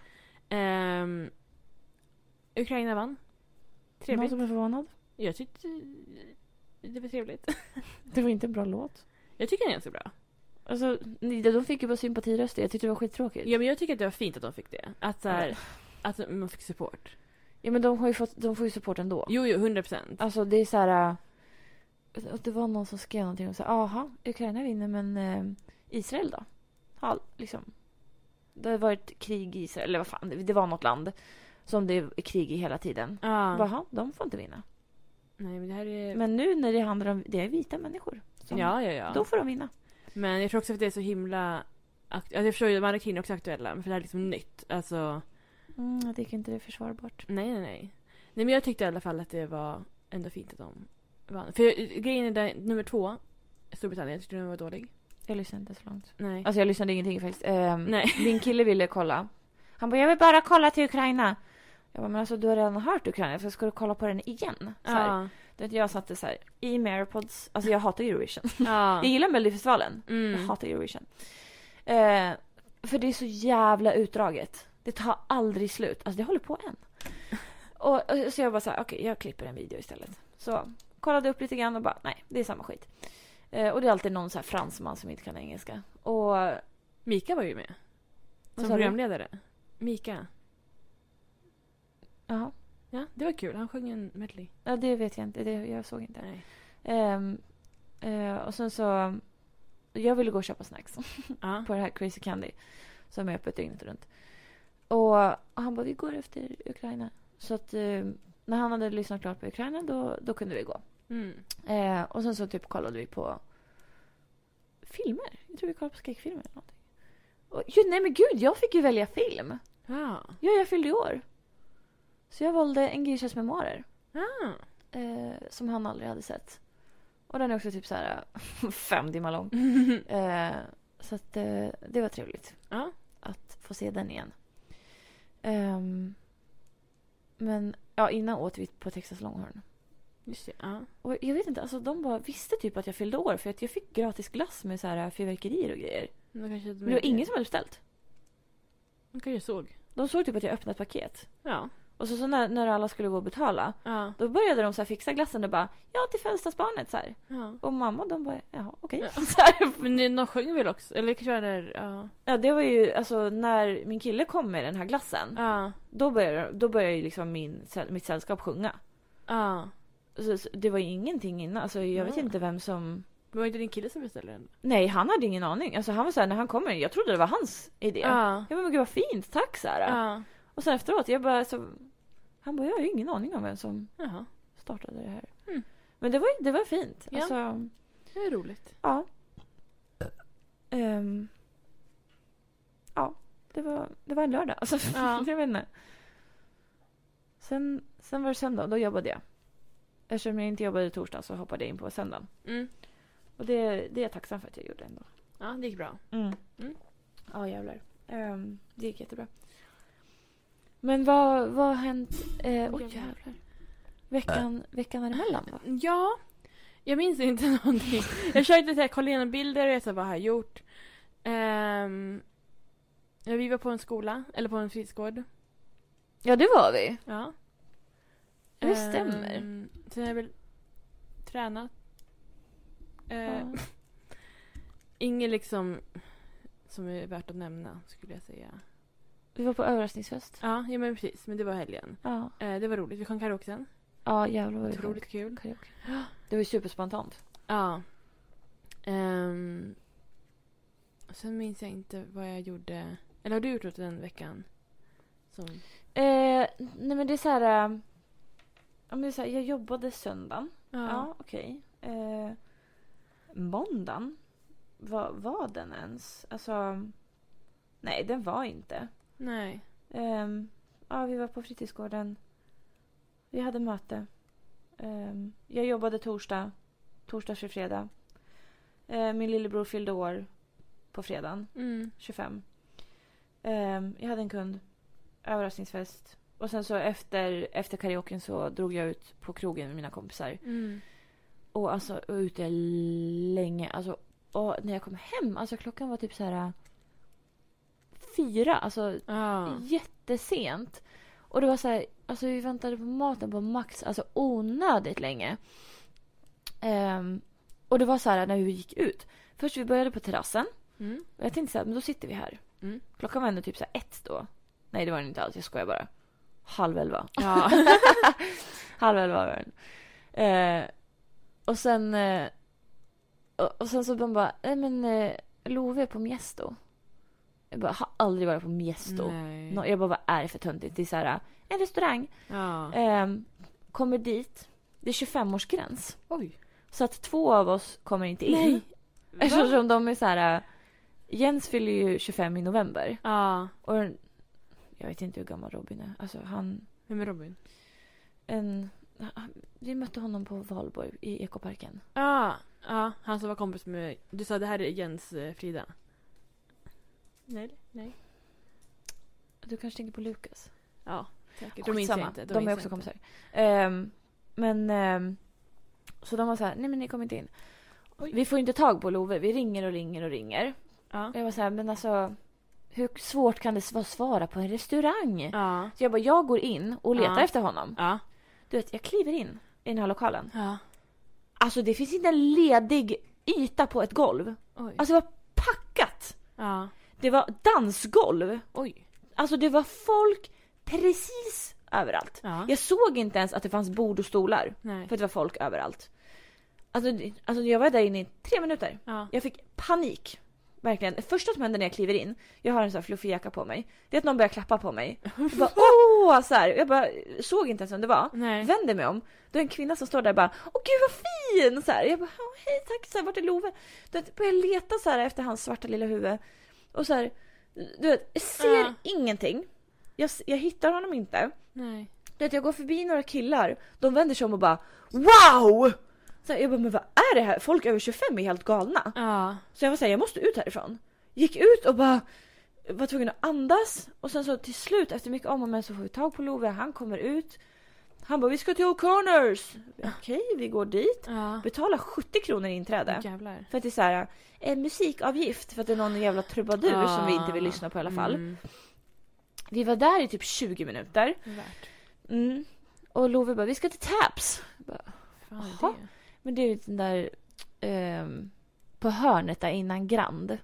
Ukraina vann. Trevligt. Någon som är förvånad? Jag tyckte det var trevligt. Det var inte en bra låt. Jag tycker den är ganska bra. Alltså, de fick ju bara sympatiröster. Jag tyckte det var skittråkigt. Ja, men jag tycker att det var fint att de fick det. Att så här, att man fick support. Ja, men de får ju support ändå. Jo, 100%. Alltså, det är så här. Det var någon som skrev någonting och sa, aha, Ukraina vinner, men Israel då? Ja, liksom. Det har varit krig i Israel, eller vad fan, det var något land som det är krig i hela tiden. Jaha, de får inte vinna. Nej, men det här är... Men nu när det handlar om, det är vita människor. Ja. Då får de vinna. Men jag tror också att det är så himla... Alltså jag förstår ju att de andra krigen är också aktuella, men för det här är liksom nytt. Alltså... Jag tycker inte det är försvarbart. Nej. Nej, men jag tyckte i alla fall att det var ändå fint att de vann. För grejen är där, nummer 2, Storbritannien, jag tyckte den var dålig. Jag lyssnade inte så långt. Nej. Alltså jag lyssnade ingenting faktiskt. Nej. Min kille ville kolla. Han bara, jag vill bara kolla till Ukraina. Jag bara, men alltså du har redan hört Ukraina, för ska du kolla på den igen? Så här. Jag satte så här i Marepods. Alltså jag hatar Eurovision. Jag gillar Melodifestivalen. Jag hatar Eurovision. För det är så jävla utdraget. Det tar aldrig slut. Alltså det håller på än. Och så jag bara så här, okej, jag klipper en video istället. Så kollade upp lite grann och bara, nej, det är samma skit. Och det är alltid någon så här fransman som inte kan engelska. Och Mika var ju med. Som programledare. Mika. Jaha. Ja, det var kul. Han sjöng en medley. Ja, det vet jag inte. Jag såg inte. Nej. Och sen så... Jag ville gå och köpa snacks. På det här Crazy Candy. Som är öppet dygnet runt. Och han bara, vi går efter Ukraina. Så att när han hade lyssnat klart på Ukraina, då kunde vi gå. Och sen så typ kollade vi på filmer. Jag tror vi kollade på skräckfilmer eller någonting. Och, nej men gud, jag fick ju välja film. Ja, jag fyllde i år. Så jag valde En geishas memoarer. Som han aldrig hade sett. Och den är också typ så här 5 timmar lång. Så att det var trevligt. Att få se den igen. Men ja, innan åt vi på Texas Longhorn. Just det, Och jag vet inte, alltså de bara visste typ att jag fyllde år. För att jag fick gratis glass med så här fyrverkerier och grejer. Men det var ingen som hade beställt. De såg typ att jag öppnade ett paket. Ja. Och så när alla skulle gå och betala, då började de så här fixa glassen och bara, ja, till födelsedagsbarnet så här. Och mamma, de bara, jaha, okej. Men de sjöng väl också? Eller kanske där, Ja, det var ju, alltså när min kille kom med den här glassen, då började ju liksom mitt sällskap sjunga. Så det var ju ingenting innan, alltså jag vet inte vem som... Men var inte din kille som beställde den? Nej, han hade ingen aning. Alltså han var så här, när han kommer, jag trodde det var hans idé. Jag bara, gud vad fint, tack så här. Och sen efteråt, jag bara så... Han bara, jag har ingen aning om vem som startade det här. Men det var fint. Ja, alltså, det är roligt. Ja. Ja, det var en lördag. Alltså, jag vet inte. Sen var det söndag, då jobbade jag. Eftersom jag inte jobbade torsdag så hoppade jag in på söndagen. Och det är jag tacksam för att jag gjorde ändå. Ja, det gick bra. Ja, jävlar. Det gick jättebra. Men vad har hänt? Jävlar. Veckan emellan va? Ja, jag minns inte någonting. Jag körde lite kolla igenom bilder och jag sa vad jag har gjort. Vi var på en skola, eller på en fritidsgård. Ja, det var vi. Ja. Det stämmer. Sen har jag väl tränat. Inget liksom som är värt att nämna, skulle jag säga. Vi var på överraskningsfest. Ja, men precis. Men det var helgen. Ja. Det var roligt. Vi kom karaoke sen. Ja, jävlar vad det var roligt kul. Karaoke. Det var ju superspontant. Ja. Sen minns jag inte vad jag gjorde. Eller har du gjort något den veckan? Som... Nej, men det är så här... jag jobbade söndagen. Ja, okej. Måndagen? Var den ens? Alltså... Nej, den var inte. Nej. Vi var på fritidsgården. Vi hade möte. Jag jobbade torsdag till fredag. Min lillebror fyllde år på fredagen. 25. Jag hade en kund. Överraskningsfest. Och sen så efter karaoken så drog jag ut på krogen med mina kompisar. Och alltså ute länge. Alltså, och när jag kom hem, alltså klockan var typ så här 4, alltså jättesent. Och det var så här, alltså vi väntade på maten på max, alltså onödigt länge. Och det var så här när vi gick ut. Först vi började på terrassen. Och jag tänkte så här, men då sitter vi här. Klockan var ändå typ så här 1 då. Nej, det var det inte alls, jag skojar bara. 10:30. Ja. 10:30 var den. Och sen och sen så de bara, Love är på Miesto. Jag bara, har aldrig varit på Miesto. Jag bara, vad är det för töntigt? Det är så här, en restaurang. Ja. Kommer dit. Det är 25-årsgräns. Oj. Så att 2 av oss kommer inte in. Nej. Eftersom de är så här, Jens fyller ju 25 i november. Ja. Och jag vet inte hur gammal Robin är. Alltså han... Vem är Robin? Vi mötte honom på Valborg i Ekoparken. Ja, han som var kompis med... Du sa det här är Jens Frida. Nej. Du kanske tänker på Lukas. Ja, säkert. De minns jag inte. De är också kompisar. Så de var så här, nej men ni kommer inte in. Oj. Vi får inte tag på Love. Vi ringer. Ja. Jag var så här, men alltså... Hur svårt kan det vara att svara på en restaurang? Ja. Så jag går in och letar efter honom. Ja. Du vet, jag kliver in i den här lokalen. Ja. Alltså det finns inte en ledig yta på ett golv. Oj. Alltså det var packat. Ja. Det var dansgolv. Oj. Alltså det var folk precis överallt. Ja. Jag såg inte ens att det fanns bord och stolar. Nej. För det var folk överallt. Alltså jag var där inne i 3 minuter. Ja. Jag fick panik. Verkligen. Det första som händer när jag kliver in, jag har en sån här fluffig jacka på mig. Det är att någon börjar klappa på mig. Jag bara, så här. Jag bara såg inte ens vem det var. Nej. Vänder mig om. Då är en kvinna som står där och bara, åh gud vad fin! Så här. Jag bara, hej tack, så här, vart är Love? Då börjar jag leta så här efter hans svarta lilla huvud. Och så här, du vet, jag ser ingenting. Jag hittar honom inte. Nej. Du vet, jag går förbi några killar. De vänder sig om och bara, wow! Så jag bara, men vad är det här? Folk över 25 är helt galna. Ja. Så jag var så här, jag måste ut härifrån. Gick ut och bara var tvungen att andas. Och sen så till slut, efter mycket om och men, så får vi tag på Love. Han kommer ut. Han bara, vi ska till O'Connors. Okej, vi går dit. Ja. Betalar 70 kronor i inträde. Jävlar. För att det är så här, en musikavgift. För att det är någon jävla trubadur som vi inte vill lyssna på i alla fall. Vi var där i typ 20 minuter. Och Love bara, vi ska till Taps. Jaha. Men det är ju den där på hörnet där innan Grand.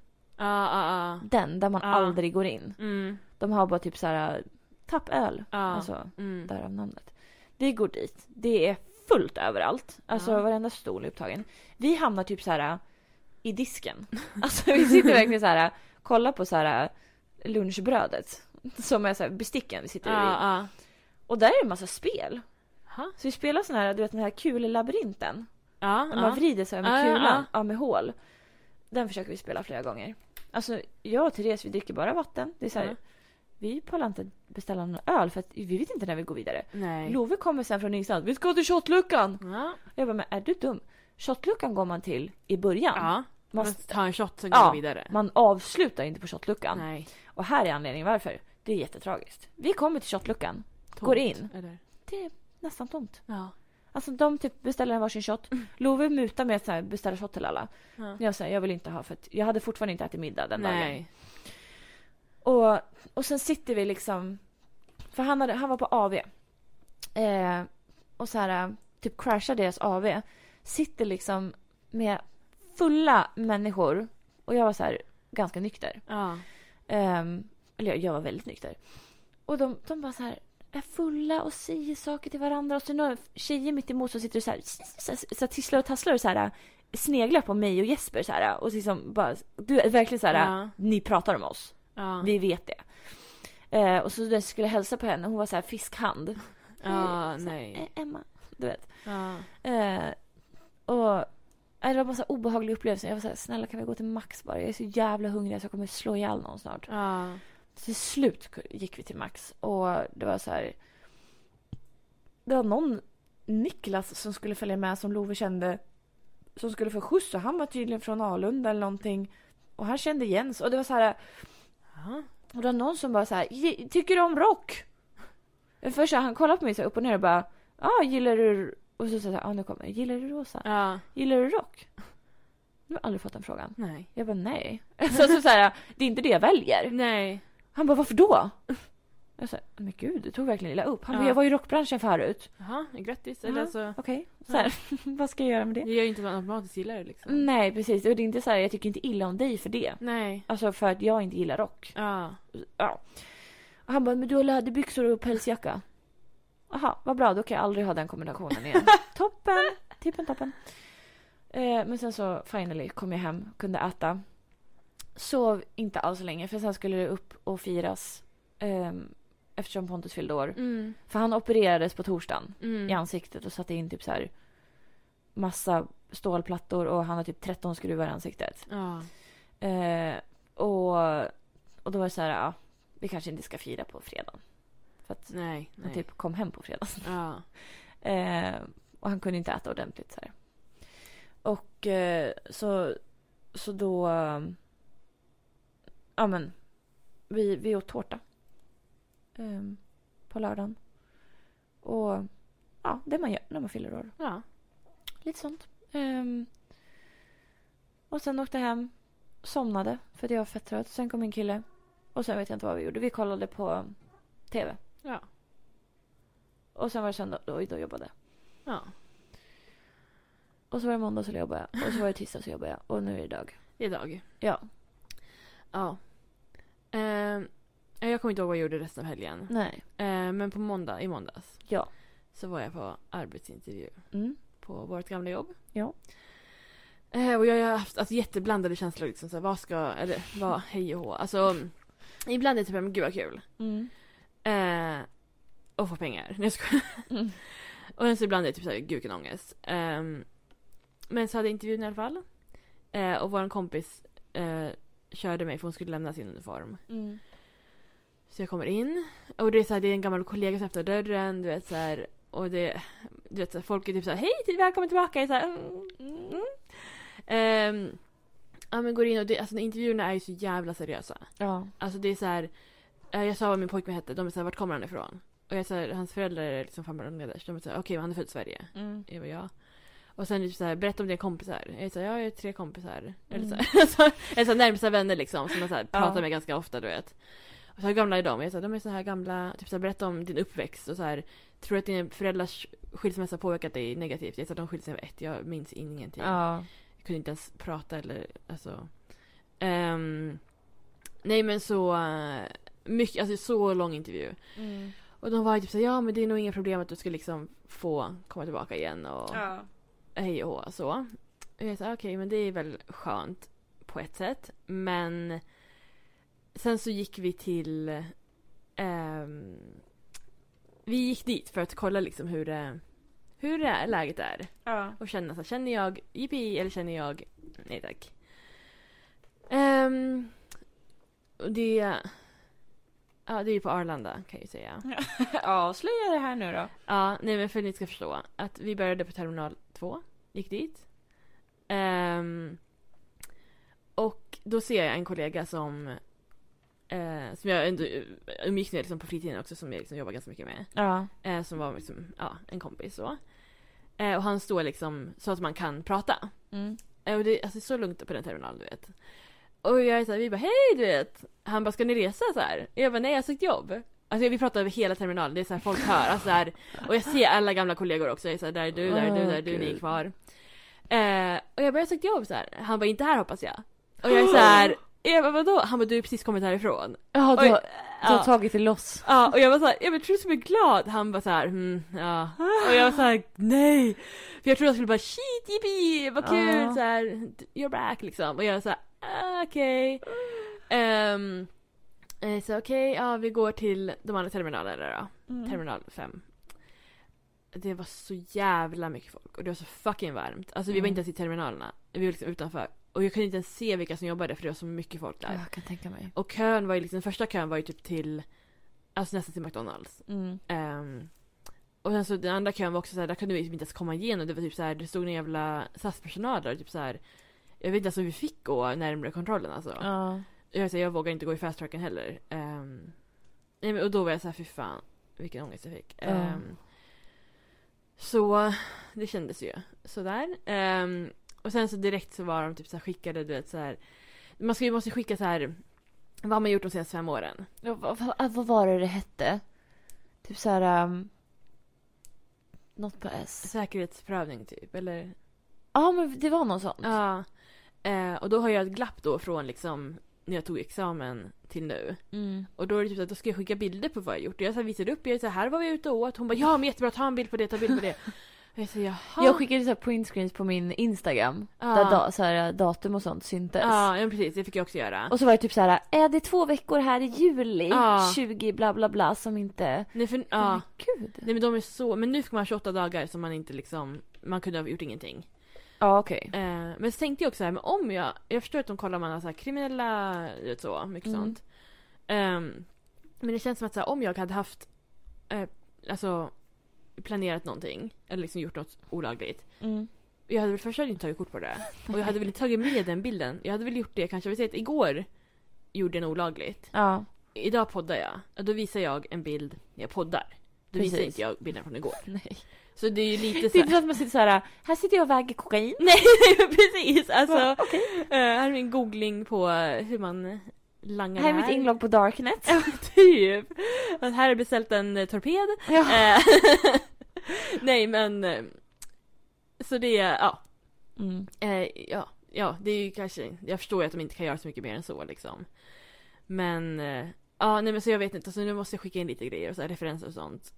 Den där man aldrig går in. De har bara typ så här tappöl. Alltså därav namnet. Vi går dit. Det är fullt överallt. Alltså varenda stol är upptagen. Vi hamnar typ så här i disken. Alltså vi sitter verkligen så här, kollar på så här lunchbrödet som är så här besticken vi sitter i. Och där är det en massa spel. Så vi spelar sån här, du vet den här kullabyrinten. Man vrider sig med kulan med hål. Den försöker vi spela flera gånger. Alltså jag och Therese, vi dricker bara vatten. Det är så här, vi pallar inte beställa någon öl för att vi vet inte när vi går vidare. Nej. Love kommer sen från ingenstans. Vi ska till shotluckan. Jag bara, men är du dum? shotluckan går man till i början. Ja. Man tar en shot och går vidare. Man avslutar inte på shotluckan. Nej. Och här är anledningen varför. Det är jättetragiskt. Vi kommer till shotluckan. Går in. Eller? Det är nästan tomt. Ja. Alltså de typ beställer en varsin shot. Love mutar med att beställa shot till alla. Ja. Jag säger jag vill inte ha för att jag hade fortfarande inte ätit middag den dagen. Och sen sitter vi liksom, för han var på AV. Och så här typ crashar deras AV. Sitter liksom med fulla människor och jag var så här ganska nykter. Ja. Eller jag var väldigt nykter. Och de bara så här är fulla och säger saker till varandra. Och så några tjejer mitt emot så sitter och så här tisslar och tasslar och så här sneglar på mig och Jesper så här. Och liksom bara, du är verkligen så här, ni pratar om oss. Ja. Vi vet det. Och så jag skulle hälsa på henne. Hon var så här fiskhand. Ja, nej. Emma, du vet. Ja. Och det var bara så obehaglig upplevelse. Jag var så här, snälla kan vi gå till Max bara? Jag är så jävla hungrig så jag kommer slå ihjäl någon snart. Ja. Till slut gick vi till Max. Och det var så här. Det var någon Niklas som skulle följa med som Love kände. Som skulle få skjuts. Och han var tydligen från Alunda eller någonting. Och han kände Jens. Och det var så här. Och det var någon som bara så här. Tycker du om rock? Först han kollade på mig så upp och ner och bara. Gillar du... Och så sa jag, nu kommer jag. Gillar du rosa? Ja. Gillar du rock? Jag har aldrig fått den frågan. Nej. Jag bara, nej. Så här, det är inte det jag väljer. Nej. Han bara, varför då? Jag sa, men gud, du tog verkligen illa upp. Han bara, jag var i rockbranschen förut. Jaha, grattis. Eller så... Okej. Så här, vad ska jag göra med det? Det gör ju inte att man automatiskt gillar det liksom. Nej, precis. Och det är inte så här, jag tycker inte illa om dig för det. Nej. Alltså för att jag inte gillar rock. Ja. Och han bara, men du har läderbyxor och pälsjacka. Aha, vad bra. Då kan jag aldrig ha den kombinationen igen. Toppen. Men sen så finally kom jag hem. Kunde äta. Sov inte alls länge. För sen skulle det upp och firas. Eftersom Pontus fyllde år. Mm. För han opererades på torsdagen. I ansiktet. Och satte in typ så här. Massa stålplattor. Och han har typ 13 skruvar i ansiktet. Ja. Och då var det så här. Vi kanske inte ska fira på fredagen. För att nej. han typ kom hem på fredagen. Ja. Och han kunde inte äta ordentligt så här. Och så då men vi åt tårta på lördagen. Och det man gör när man fyller år. Ja. Lite sånt. Och sen åkte jag hem, somnade för att jag var fett trött. Sen kom min kille och sen vet jag inte vad vi gjorde. Vi kollade på TV. Ja. Och sen var det söndag då jobbade. Ja. Och så var det måndag så jobbade jag. Och så var det tisdag så jobbade jag. Och nu är det idag. Idag? Ja. Ja. Jag kommer inte ihåg vad jag gjorde resten av helgen. Nej. Men i måndags. Ja. Så var jag på arbetsintervju. På vårt gamla jobb. Ja. Och jag har haft jätteblandade känslor liksom. Så vad hej och hå. Alltså, ibland är det typ, men gud vad kul. Och få pengar. Jag skojar. Och så ibland är det typ såhär, gud vilken ångest. Men så hade jag intervjun i alla fall. Och vår kompis körde mig för hon skulle lämna sin uniform. Så jag kommer in. Och det är så här, det är en gammal kollega som öppnar dörren. Du vet så här. Och det, du vet så här, folk är typ så här, hej, välkommen tillbaka. Jag är så här, men går in och alltså intervjuerna är ju så jävla seriösa. Ja. Alltså det är så här, jag sa vad min pojkvän hette. De är så här, vart kommer han ifrån? Och jag sa, hans föräldrar är liksom farmor-neders. De är så här, okej, han är född i Sverige. Jag var jag. Och sen är det så här, berätta om dina kompisar. Jag är så här, jag har 3 kompisar. Eller så här, jag är så närmsta vänner liksom. Som man så här, pratar med ganska ofta, du vet. Och så här gamla är de. Jag är så här, de är så här gamla. Typ så här, berätta om din uppväxt. Och så här, tror att dina föräldrars skilsmässa påverkat dig negativt. Jag är så här, de skildes när jag var 1. Jag minns ingenting. Jag kunde inte ens prata eller, alltså. Nej men så mycket, alltså så lång intervju. Och de var typ så här, ja men det är nog inga problem att du ska liksom få komma tillbaka igen och hej och så. Och jag sa okej, men det är väl skönt på ett sätt. Men sen så gick vi till vi gick dit för att kolla liksom hur det läget är. Och känna så här, känner jag JPI eller känner jag nej tack. Och det är ju på Arlanda kan jag ju säga. Avslöja det här nu då. Ja, nej men för att ni ska förstå att vi började på terminal 2, gick dit. Och då ser jag en kollega som jag ändå umgick med liksom på fritiden också, som jag liksom jobbar ganska mycket med. Ja. Som var liksom, en kompis så. Och han står liksom så att man kan prata. Och det är alltså så lugnt på den terminalen, du vet. Och jag är så här, vi bara, hej, du vet. Han bara, ska ni resa så här? Jag bara, nej, jag har sökt jobb. Alltså vi pratar över hela terminalen, det är så här, folk hör. Alltså här, och jag ser alla gamla kollegor också. Jag är så här, där är du, där är du, där är du, ni är kvar. Och jag bara, jag har sökt jobb så här. Han bara, inte här hoppas jag. Och jag är så här, jag bara, vadå? Han bara, du är precis kommit härifrån. Ja, du har tagit det loss. Ja, och jag var så här, jag tror som är glad. Han bara så här, ja. Och jag var så här, nej. För jag trodde jag skulle bara, shit, yippie, vad kul, så här, you're back liksom. Och jag var så här, okej. Så okej, ja, vi går till de andra terminalerna då. Terminal 5. Det var så jävla mycket folk. Och det var så fucking varmt. Alltså vi var inte ens i terminalerna. Vi var liksom utanför. Och jag kunde inte ens se vilka som jobbade, för det var så mycket folk där. Jag kan tänka mig. Och kön var ju liksom, den första kön var ju typ till, alltså nästan till McDonalds. Och sen så den andra kön var också så här, där kunde vi inte ens komma igenom. Det var typ så här, det stod en jävla SAS-personal där, typ så här. Jag vet inte ens om vi fick gå närmare kontrollen alltså. Jag vågar inte gå i fast tracken heller. Och då var jag så här, fy fan, vilken ångest jag fick. Så det kändes ju sådär. Och sen så direkt så var de typ så här skickade, du vet så här. Måste skicka så här, vad har man gjort de senaste 5 åren? Vad var det hette? Typ så här något på S. Säkerhetsprövning typ, eller? Ja, men det var något sånt. Ja. Och då har jag ett glapp då från liksom när jag tog examen till nu. Och då är det typ att då ska jag skicka bilder på vad jag gjort. Och jag så visade upp, jag så här var vi ute och åt. Hon bara, ja men jättebra, ta en bild på det, ta en bild på det. Jag skickade så här printscreens på min Instagram där så här, datum och sånt syntes. Ja, precis, det fick jag också göra. Och så var det typ så här, det är 2 veckor här i juli 20 bla bla bla som inte. Nej, för, gud. Nej, men de är så, men nu fick man 28 dagar som man inte liksom, man kunde ha gjort ingenting. Ja, okej. Men så tänkte jag också här, men om jag förstår att de kollar man har så här kriminella, så mycket sånt. Men det känns som att så här, om jag hade haft alltså planerat någonting eller liksom gjort något olagligt. Jag hade väl först inte tagit kort på det. Och jag hade väl inte tagit med den bilden. Jag hade väl gjort det kanske. Jag vill säga att igår gjorde jag något olagligt. Ja. Idag poddar jag. Och då visar jag en bild när jag poddar. Då visar inte jag bilden från igår. Nej. Så det är ju lite så. Det är inte så att man sitter så här sitter jag och väger kokain. Nej, precis. Alltså, här är min googling på hur man langar här. Här är mitt inlogg på Darknet. Ja, typ. Här har jag beställt en torped. Ja. Nej, men så det är det är ju kanske, jag förstår ju att de inte kan göra så mycket mer än så liksom. Men nej, men så jag vet inte, alltså nu måste jag skicka in lite grejer och så här, referenser och sånt.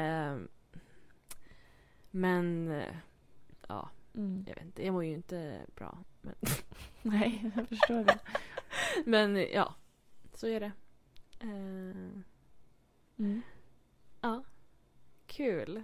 Men jag vet inte, jag mår ju inte bra. Men nej, jag förstår det. Men så är det. Ja, kul.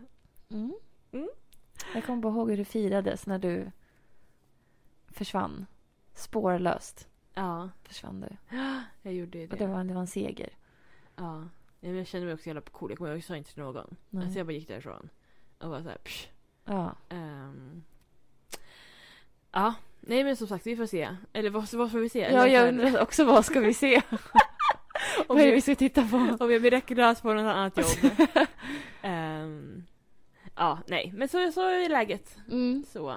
Jag kommer bara ihåg hur det firades när du försvann. Spårlöst. Ja. Försvann du. Jag gjorde det. Och det var en seger. Ja. Jag kände mig också jävla cool. Jag sa inte till någon. Alltså jag bara gick därifrån. Och var så här, psh. Ja. Ja. Nej, men som sagt, vi får se. Eller vad får vi se? Ja, jag undrar också, vad ska vi se? Vad är det vi ska titta på? Om jag blir räcklös på något annat jobb. Nej. Men så är läget. Så.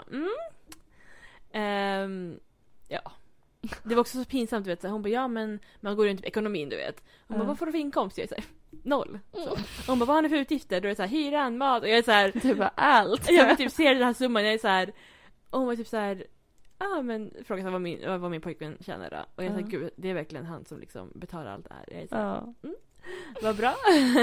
Ja. Det var också så pinsamt, du vet. Hon bara, ja men man går runt på ekonomin, du vet. Hon bara, vad får du för inkomst? Jag är så här, 0. Så. Hon bara, vad har ni för utgifter? Då är det så här, hyran, mat. Och jag är så här, du bara, allt. Jag vill typ se den här summan. Jag är så här, och hon var typ så här, men frågade vad min pojkvän tjänar då. Och jag sa, gud, det är verkligen han som liksom betalar allt det här. Jag är så här, vad bra.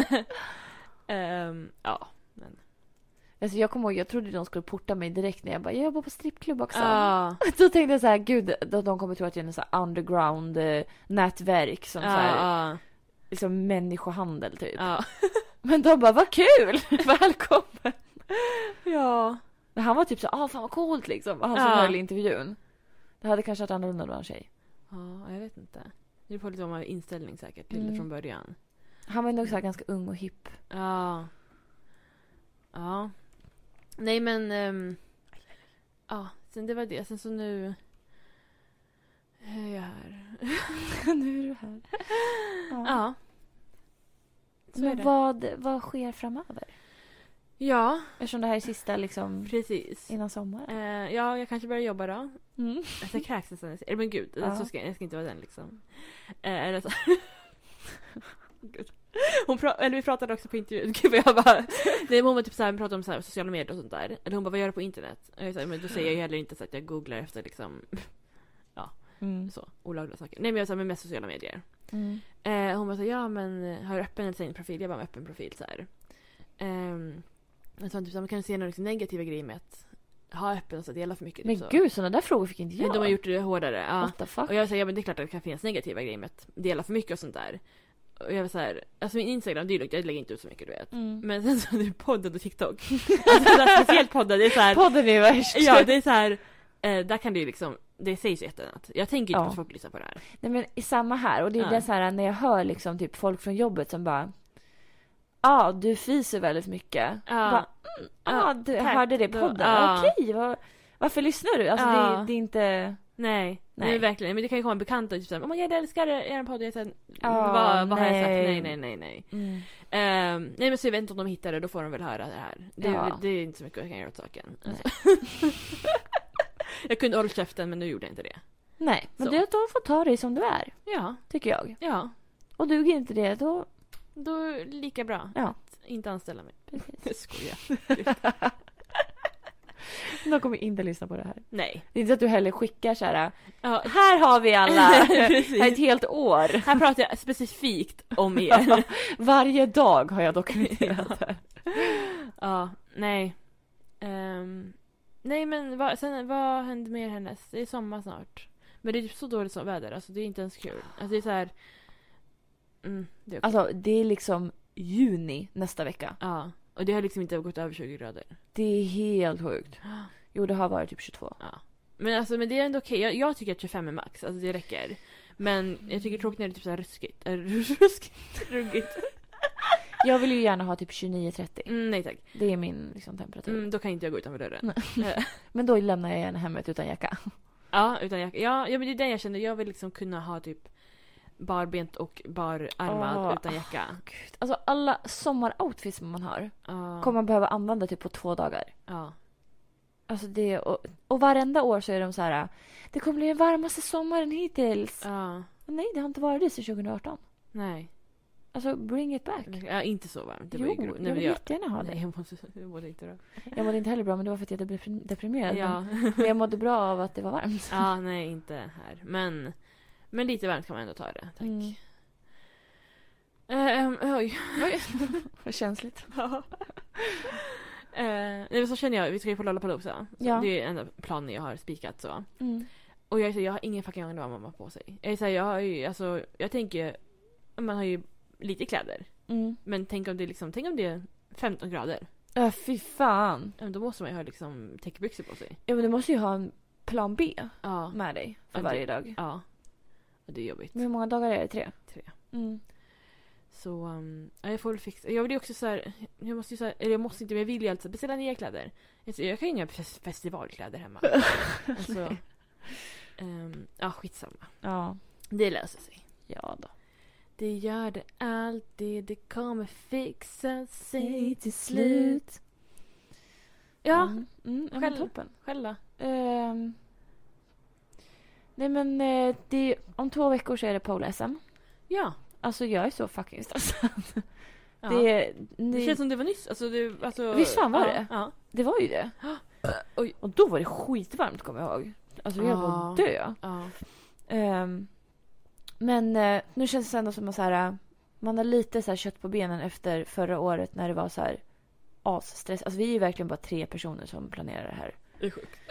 Men alltså jag kommer ihåg, jag trodde de skulle porta mig direkt när jag bara, jag jobbar på strippklubb också. Då tänkte jag så här, gud, de kommer tro att jag är en så här underground nätverk som så här, liksom människohandel typ. Men de bara, vad kul, välkommen. Ja. Men han var typ så, fan vad coolt liksom. Han som höll intervjun. Det hade kanske varit annorlunda då en tjej. Ja, jag vet inte. Det är på lite om inställning säkert till det från början. Han var nog så här ganska ung och hipp. Ja. Nej, men Sen det var det. Sen så nu är jag här. Nu är du här. Ja. Men vad sker framöver? Ja. Eftersom det här är sista liksom... Precis. Innan sommaren. Ja, jag kanske börjar jobba då. Alltså jag kräks nästan. Men gud, så ska jag ska inte vara den liksom. Eller så. Gud. Vi pratade också på intervjun. Gud, jag bara... Nej, hon var typ såhär, pratade om såhär, sociala medier och sånt där. Eller hon bara, vad gör du på internet? Och jag sa, men då säger jag ju heller inte så att jag googlar efter liksom... Så, olagliga saker. Nej, men jag sa, men mest sociala medier. Hon bara så, ja men har du öppen en profil? Jag bara, öppen profil så här. Jag sa typ så, man kan se några liksom negativa grejer med att ha öppen och så dela för mycket. Men typ, gud, sådana där frågor fick inte jag. Men de har gjort det hårdare. Ja. What the fuck? Och jag säger, ja men det är klart att det kan finnas negativa grejer med att dela för mycket och sånt där. Och jag var så här, alltså min Instagram, det är lugnt, jag lägger inte ut så mycket, du vet. Men sen så är det podden och TikTok. Alltså, speciellt podden, det är så här. Podden är värst. Ja, det är så här. Där kan det ju liksom, det sägs jätteannat. Jag tänker inte på att folk lyssnar på det här. Nej, men i samma här. Och det är det så här, när jag hör liksom typ folk från jobbet som bara, du fiser väldigt mycket. Du hörde det i podden. Okej, varför lyssnar du? Alltså det är inte... Nej. Nej, verkligen. Men det kan ju komma bekanta och typ såhär, jag älskar er podd. Jag säger, vad har jag sagt? Nej. Nej, men så jag vet inte om de hittar det, då får de väl höra det här. Det är inte så mycket jag kan göra åt saken. Alltså. Jag kunde hålla käften, men nu gjorde jag inte det. Nej, men du får ta dig som du är. Ja. Tycker jag. Ja. Och duger inte det, då lika bra. Ja. Att inte anställa mig. Precis. Jag skojar. De kommer inte lyssna på det här. Nej. Det är inte så att du heller skickar så här. Här har vi alla. Här ett helt år. Här pratar jag specifikt om er. Varje dag har jag dokumenterat det. Nej. Nej, men vad händer med hennes? Det är sommar snart. Men det är typ så dåligt som väder. Alltså det är inte ens kul. Alltså det är så här. Det är okay. Alltså det är liksom juni nästa vecka. Ja. Och det har liksom inte gått över 20 grader. Det är helt sjukt. Jo, det har varit typ 22. Ja. Men det är ändå okej. Jag tycker att 25 är max. Alltså det räcker. Men jag tycker tråkigt när det är typ så här ruskigt. Jag vill ju gärna ha typ 29-30. Nej tack. Det är min liksom, temperatur. Då kan inte jag gå utanför dörren. Men då lämnar jag gärna hemmet utan jacka. Ja, utan jacka. Ja, men det är det jag känner. Jag vill liksom kunna ha typ barbent och bararmad utan jacka. Gud. Alltså alla sommaroutfits som man har kommer man behöva använda typ på 2 dagar. Ja. Alltså det, och varenda år så är de så här, det kommer bli den varmaste sommaren hittills. Nej, det har inte varit det sedan 2018. Nej. Alltså, bring it back. Ja, inte så varmt. Jag vill jättegärna ha det. Nej, jag mådde inte bra. Jag mådde inte heller bra, men det var för att jag blev deprimerad. Ja. Men jag mådde bra av att det var varmt. Ja, nej, inte här. Men lite varmt kan man ändå ta det. Tack. Oj. Vad känsligt. Nej, så känner jag, vi ska ju på Lollapalooza. Ja. Det är enda planen jag har spikat så. Och jag har ingen fucking aning om vad man har på sig. Jag tänker, man har ju lite kläder. Men tänk om det är 15 grader. Fy fan. Då måste man ju ha liksom täckbyxor på sig. Ja, men du måste ju ha en plan B med dig för varje dag. Ja. Och det är jobbigt. Men hur många dagar är det? 3? 3. Så jag får väl fixa. Jag vill ju också så här, jag måste inte, men jag vill ju alltså beställa nya kläder. Jag kan ju inga festivalkläder hemma. Alltså, skitsamma. Ja. Det löser sig. Ja då. Det gör det alltid, det kommer fixa sig till slut. Ja. Toppen. Själv då? Nej men om 2 veckor så är det pole-SM. Ja. Alltså jag är så fucking stressad. Ja. Det känns som det var nyss. Visst fan var det? Ja. Det var ju det. Oj. Och då var det skitvarmt, kommer jag ihåg. Alltså jag var dö. Men nu känns det ändå som att så här, man har lite så här kött på benen efter förra året när det var så här asstress. Alltså vi är ju verkligen bara 3 personer som planerar det här. Det är sjukt.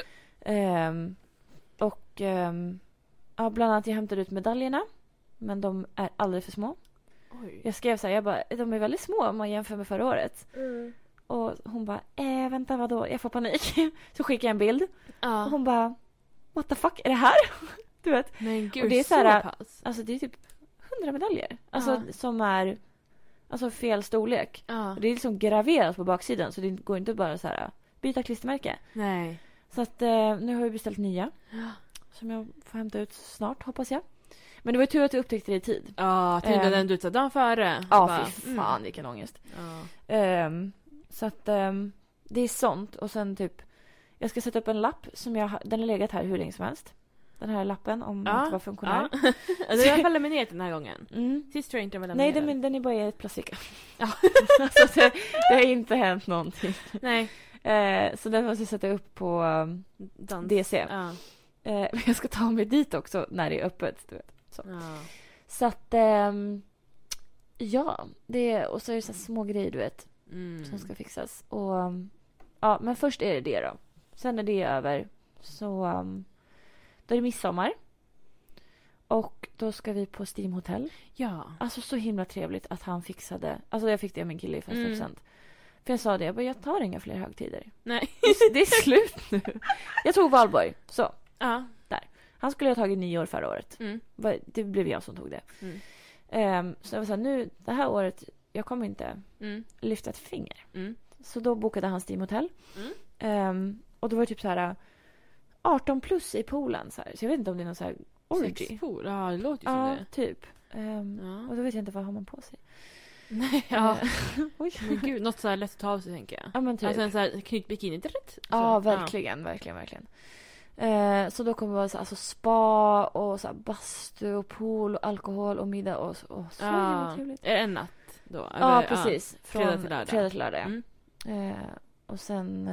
Bland annat jag hämtade ut medaljerna. Men de är alldeles för små. Oj. Jag skrev så här, de är väldigt små om man jämför med förra året. Och hon bara, vänta vadå? Jag får panik. Så skickar jag en bild. Och hon bara, what the fuck, är det här? Du vet. Men gud, och det är så här, pass. alltså det är typ 100 medaljer. Alltså som är fel storlek. Och det är liksom graverat på baksidan. Så det går inte bara så här byta klistermärke. Nej. Så att nu har vi beställt nya. Som jag får hämta ut snart, hoppas jag. Men det var ju tur att jag upptäckte det i tid. Ja, tydligen den du sa dagen före. Ja, fy fan vilken ångest. Så att det är sånt. Och sen typ, jag ska sätta upp en lapp som den har legat här hur länge som helst. Den här lappen om att vara funktionär. Ja. Alltså, jag har laminerat den här gången. Sist tror jag inte jag var laminerad. Nej, den är bara i ett plastik. Så det har inte hänt någonting. Nej. Så den måste jag sätta upp på DC. Men jag ska ta mig dit också när det är öppet. Du vet. Så att och så är det så små grejer du vet som ska fixas. Och men först är det då. Sen när det är över så då är det midsommar. Och då ska vi på Steam Hotel. Ja. Alltså så himla trevligt att han fixade. Alltså jag fick det av min kille i första present. För jag sa det, jag tar inga fler högtider. Nej. Det är slut nu. Jag tog Valborg, så. Ja. Där. Han skulle ha tagit 9 år förra året. Det blev jag som tog det. Så jag var så här, nu, det här året, jag kommer inte lyfta ett finger. Så då bokade han Steam Hotel. Och då var det typ så här 18 plus i poolen. Så jag vet inte om det är någon så här orgy. Sexpool? Ja, det låter ju som det. Typ. Och då vet jag inte vad har man på sig. Nej, Oj. Men gud, något så här lätt att ta av sig tänker jag. Ja, men typ. Alltså en så här knytt bikini, inte rätt? Ja, verkligen. Så då kommer det vara så, alltså spa och så här bastu och pool och alkohol och middag och så himla trevligt. Är det en natt då? Ja, precis. Från fredag till lördag. Och sen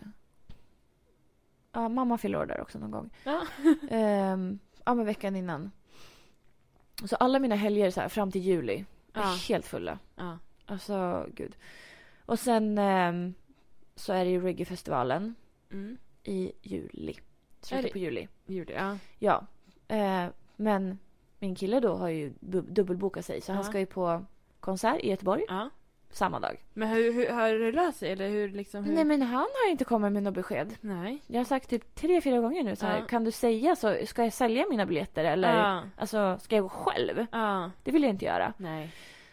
mamma fyller år där också någon gång. Men veckan innan. Så alla mina helger så här, fram till juli är helt fulla. Alltså, gud. Och sen så är det ju reggae-festivalen i juli. Slutet på juli. Ja. Men min kille då har ju dubbelbokat sig. Så han ska ju på konsert i Göteborg. Samma dag. Men hur har det löst sig? Eller hur, liksom, hur... Nej, men han har inte kommit med något besked. Nej. Jag har sagt typ 3-4 gånger nu så här, kan du säga så? Ska jag sälja mina biljetter? Eller alltså, ska jag gå själv? Det vill jag inte göra. Nej.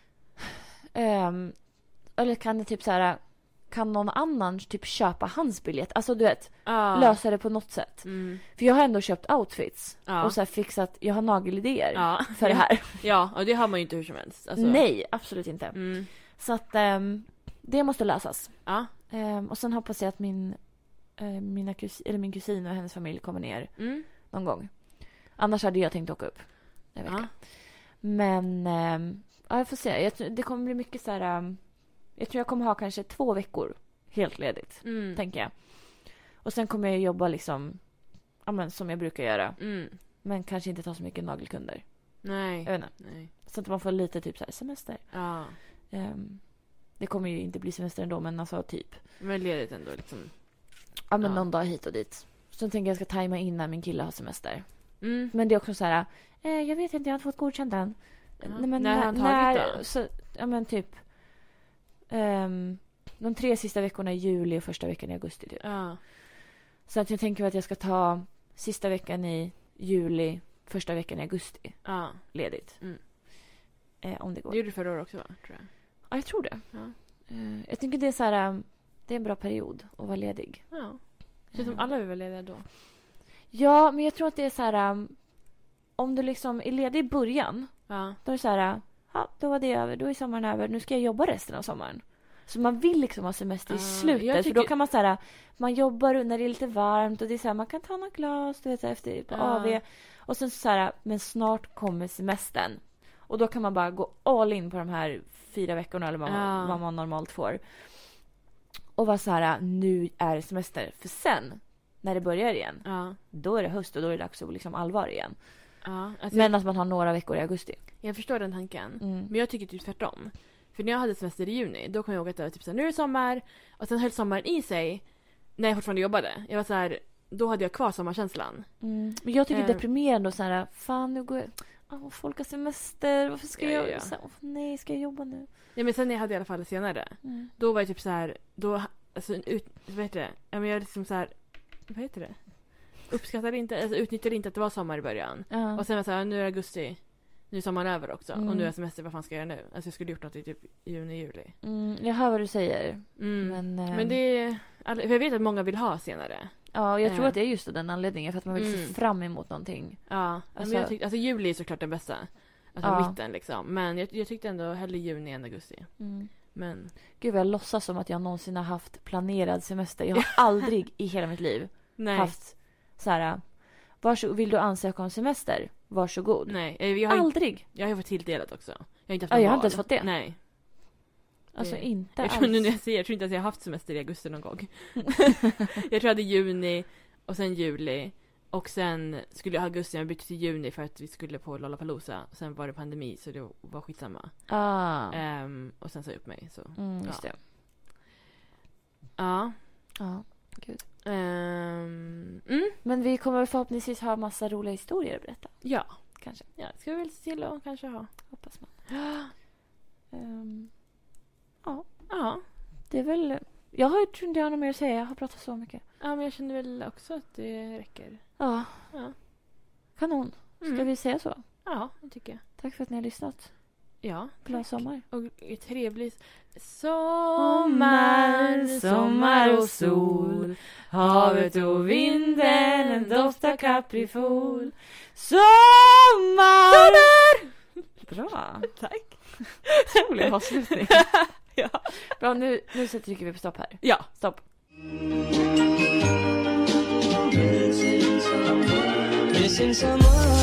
Eller kan det typ så här, kan någon annan typ köpa hans biljett? Alltså du vet, lösa det på något sätt. För jag har ändå köpt outfits och så här fixat, jag har nagelidéer för det här. Ja, och det har man ju inte hur som helst. Alltså. Nej, absolut inte. Så att det måste lösas. Och sen hoppas jag att min kusin och hennes familj kommer ner någon gång. Annars hade jag tänkt åka upp en vecka. Men jag får se. Det kommer bli mycket så här. Jag tror jag kommer ha kanske 2 veckor helt ledigt, tänker jag. Och sen kommer jag jobba liksom som jag brukar göra. Men kanske inte ta så mycket nagelkunder. Nej. Jag vet inte. Nej. Så att man får lite typ så här semester. Det kommer ju inte bli semester ändå, men alltså typ. Men ledigt ändå liksom. Ja, men någon dag hit och dit. Så jag tänker jag ska tajma in när min kille har semester. Men det är också så här, jag vet inte, jag har inte fått godkänt än. Nej, men när han tagit då? Så, men typ de 3 sista veckorna i juli och första veckan i augusti typ. Så att jag tänker att jag ska ta sista veckan i juli, första veckan i augusti ledigt. Om det går. Det gjorde du förra året också, va? Tror jag. Ja, jag tror det. Jag tycker det är så här, det är en bra period att vara ledig. Ja. Det är som alla vill vara lediga då. Ja, men jag tror att det är så här, om du liksom är ledig i början, då är det så här, då var det över, då är sommaren över, nu ska jag jobba resten av sommaren. Så man vill liksom ha semester i slutet, för då kan man så här, man jobbar när det är lite varmt och det är så här, man kan ta några glas, du vet, efter på AV. Och sen så här, men snart kommer semestern. Och då kan man bara gå all in på de här 4 veckorna eller vad man normalt får. Och vara så här, nu är det semester. För sen, när det börjar igen, då är det höst och då är det dags att liksom allvar igen. Alltså men att man har några veckor i augusti. Jag förstår den tanken. Men jag tycker typ tvärtom. För när jag hade semester i juni, då kom jag ihåg att det var typ så här, nu är det sommar. Och sen höll sommaren i sig när jag fortfarande jobbade. Jag var så här, då hade jag kvar sommarkänslan. Men jag tycker det är deprimerande och så här, fan nu går jag... folk har semester, varför ska jag... Så, nej, ska jag jobba nu? Ja, men sen när jag hade i alla fall senare. Då var jag typ så här, då, alltså, vad heter det? Ja, men jag liksom så här, vad heter det? Uppskattade inte, alltså utnyttjade inte att det var sommar i början. Och sen var så här, nu är det augusti. Nu är sommaren över också. Och nu är semester, vad fan ska jag göra nu? Alltså jag skulle gjort något i typ juni, juli. Jag hör vad du säger. Men det är... För jag vet att många vill ha senare. Ja, jag tror att det är just den anledningen. För att man vill se fram emot någonting. Ja, alltså, men jag tyckte, juli är såklart den bästa. Alltså mitten liksom. Men jag tyckte ändå hellre juni än augusti. Men... Gud, jag låtsas som att jag någonsin har haft planerad semester. Jag har aldrig i hela mitt liv haft så här... Vill du ansöka om semester? Varsågod. Nej, aldrig. Jag har fått tilldelat också. Jag har inte haft jag har inte ens fått det. Nej. Alltså inte alls. Nu när jag ser, jag tror inte att jag har haft semester i augusti någon gång. Jag tror jag hade juni och sen juli. Och sen skulle jag ha augusti, jag bytte till juni för att vi skulle på Lollapalooza. Sen var det pandemi så det var skitsamma. Och sen sa jag upp mig. Så. Just det. Ja. Ja, gud. Men vi kommer förhoppningsvis ha massa roliga historier att berätta. Ja. Kanske. Ja, ska vi väl se till att kanske ha. Hoppas man. Ja. Det är väl... Jag tror inte jag har något mer att säga. Jag har pratat så mycket. Ja, men jag känner väl också att det räcker. Ja. Kanon. Ska vi säga så? Ja, det tycker jag. Tack för att ni har lyssnat. Ja. Glad sommar. Och trevlig sommar och sol. Havet och vinden, en doft av kaprifol. Sommar! Bra. Tack. Rolig avslutning. Ja. Bra, nu så trycker vi på stopp här. Ja, stopp. Missing someone.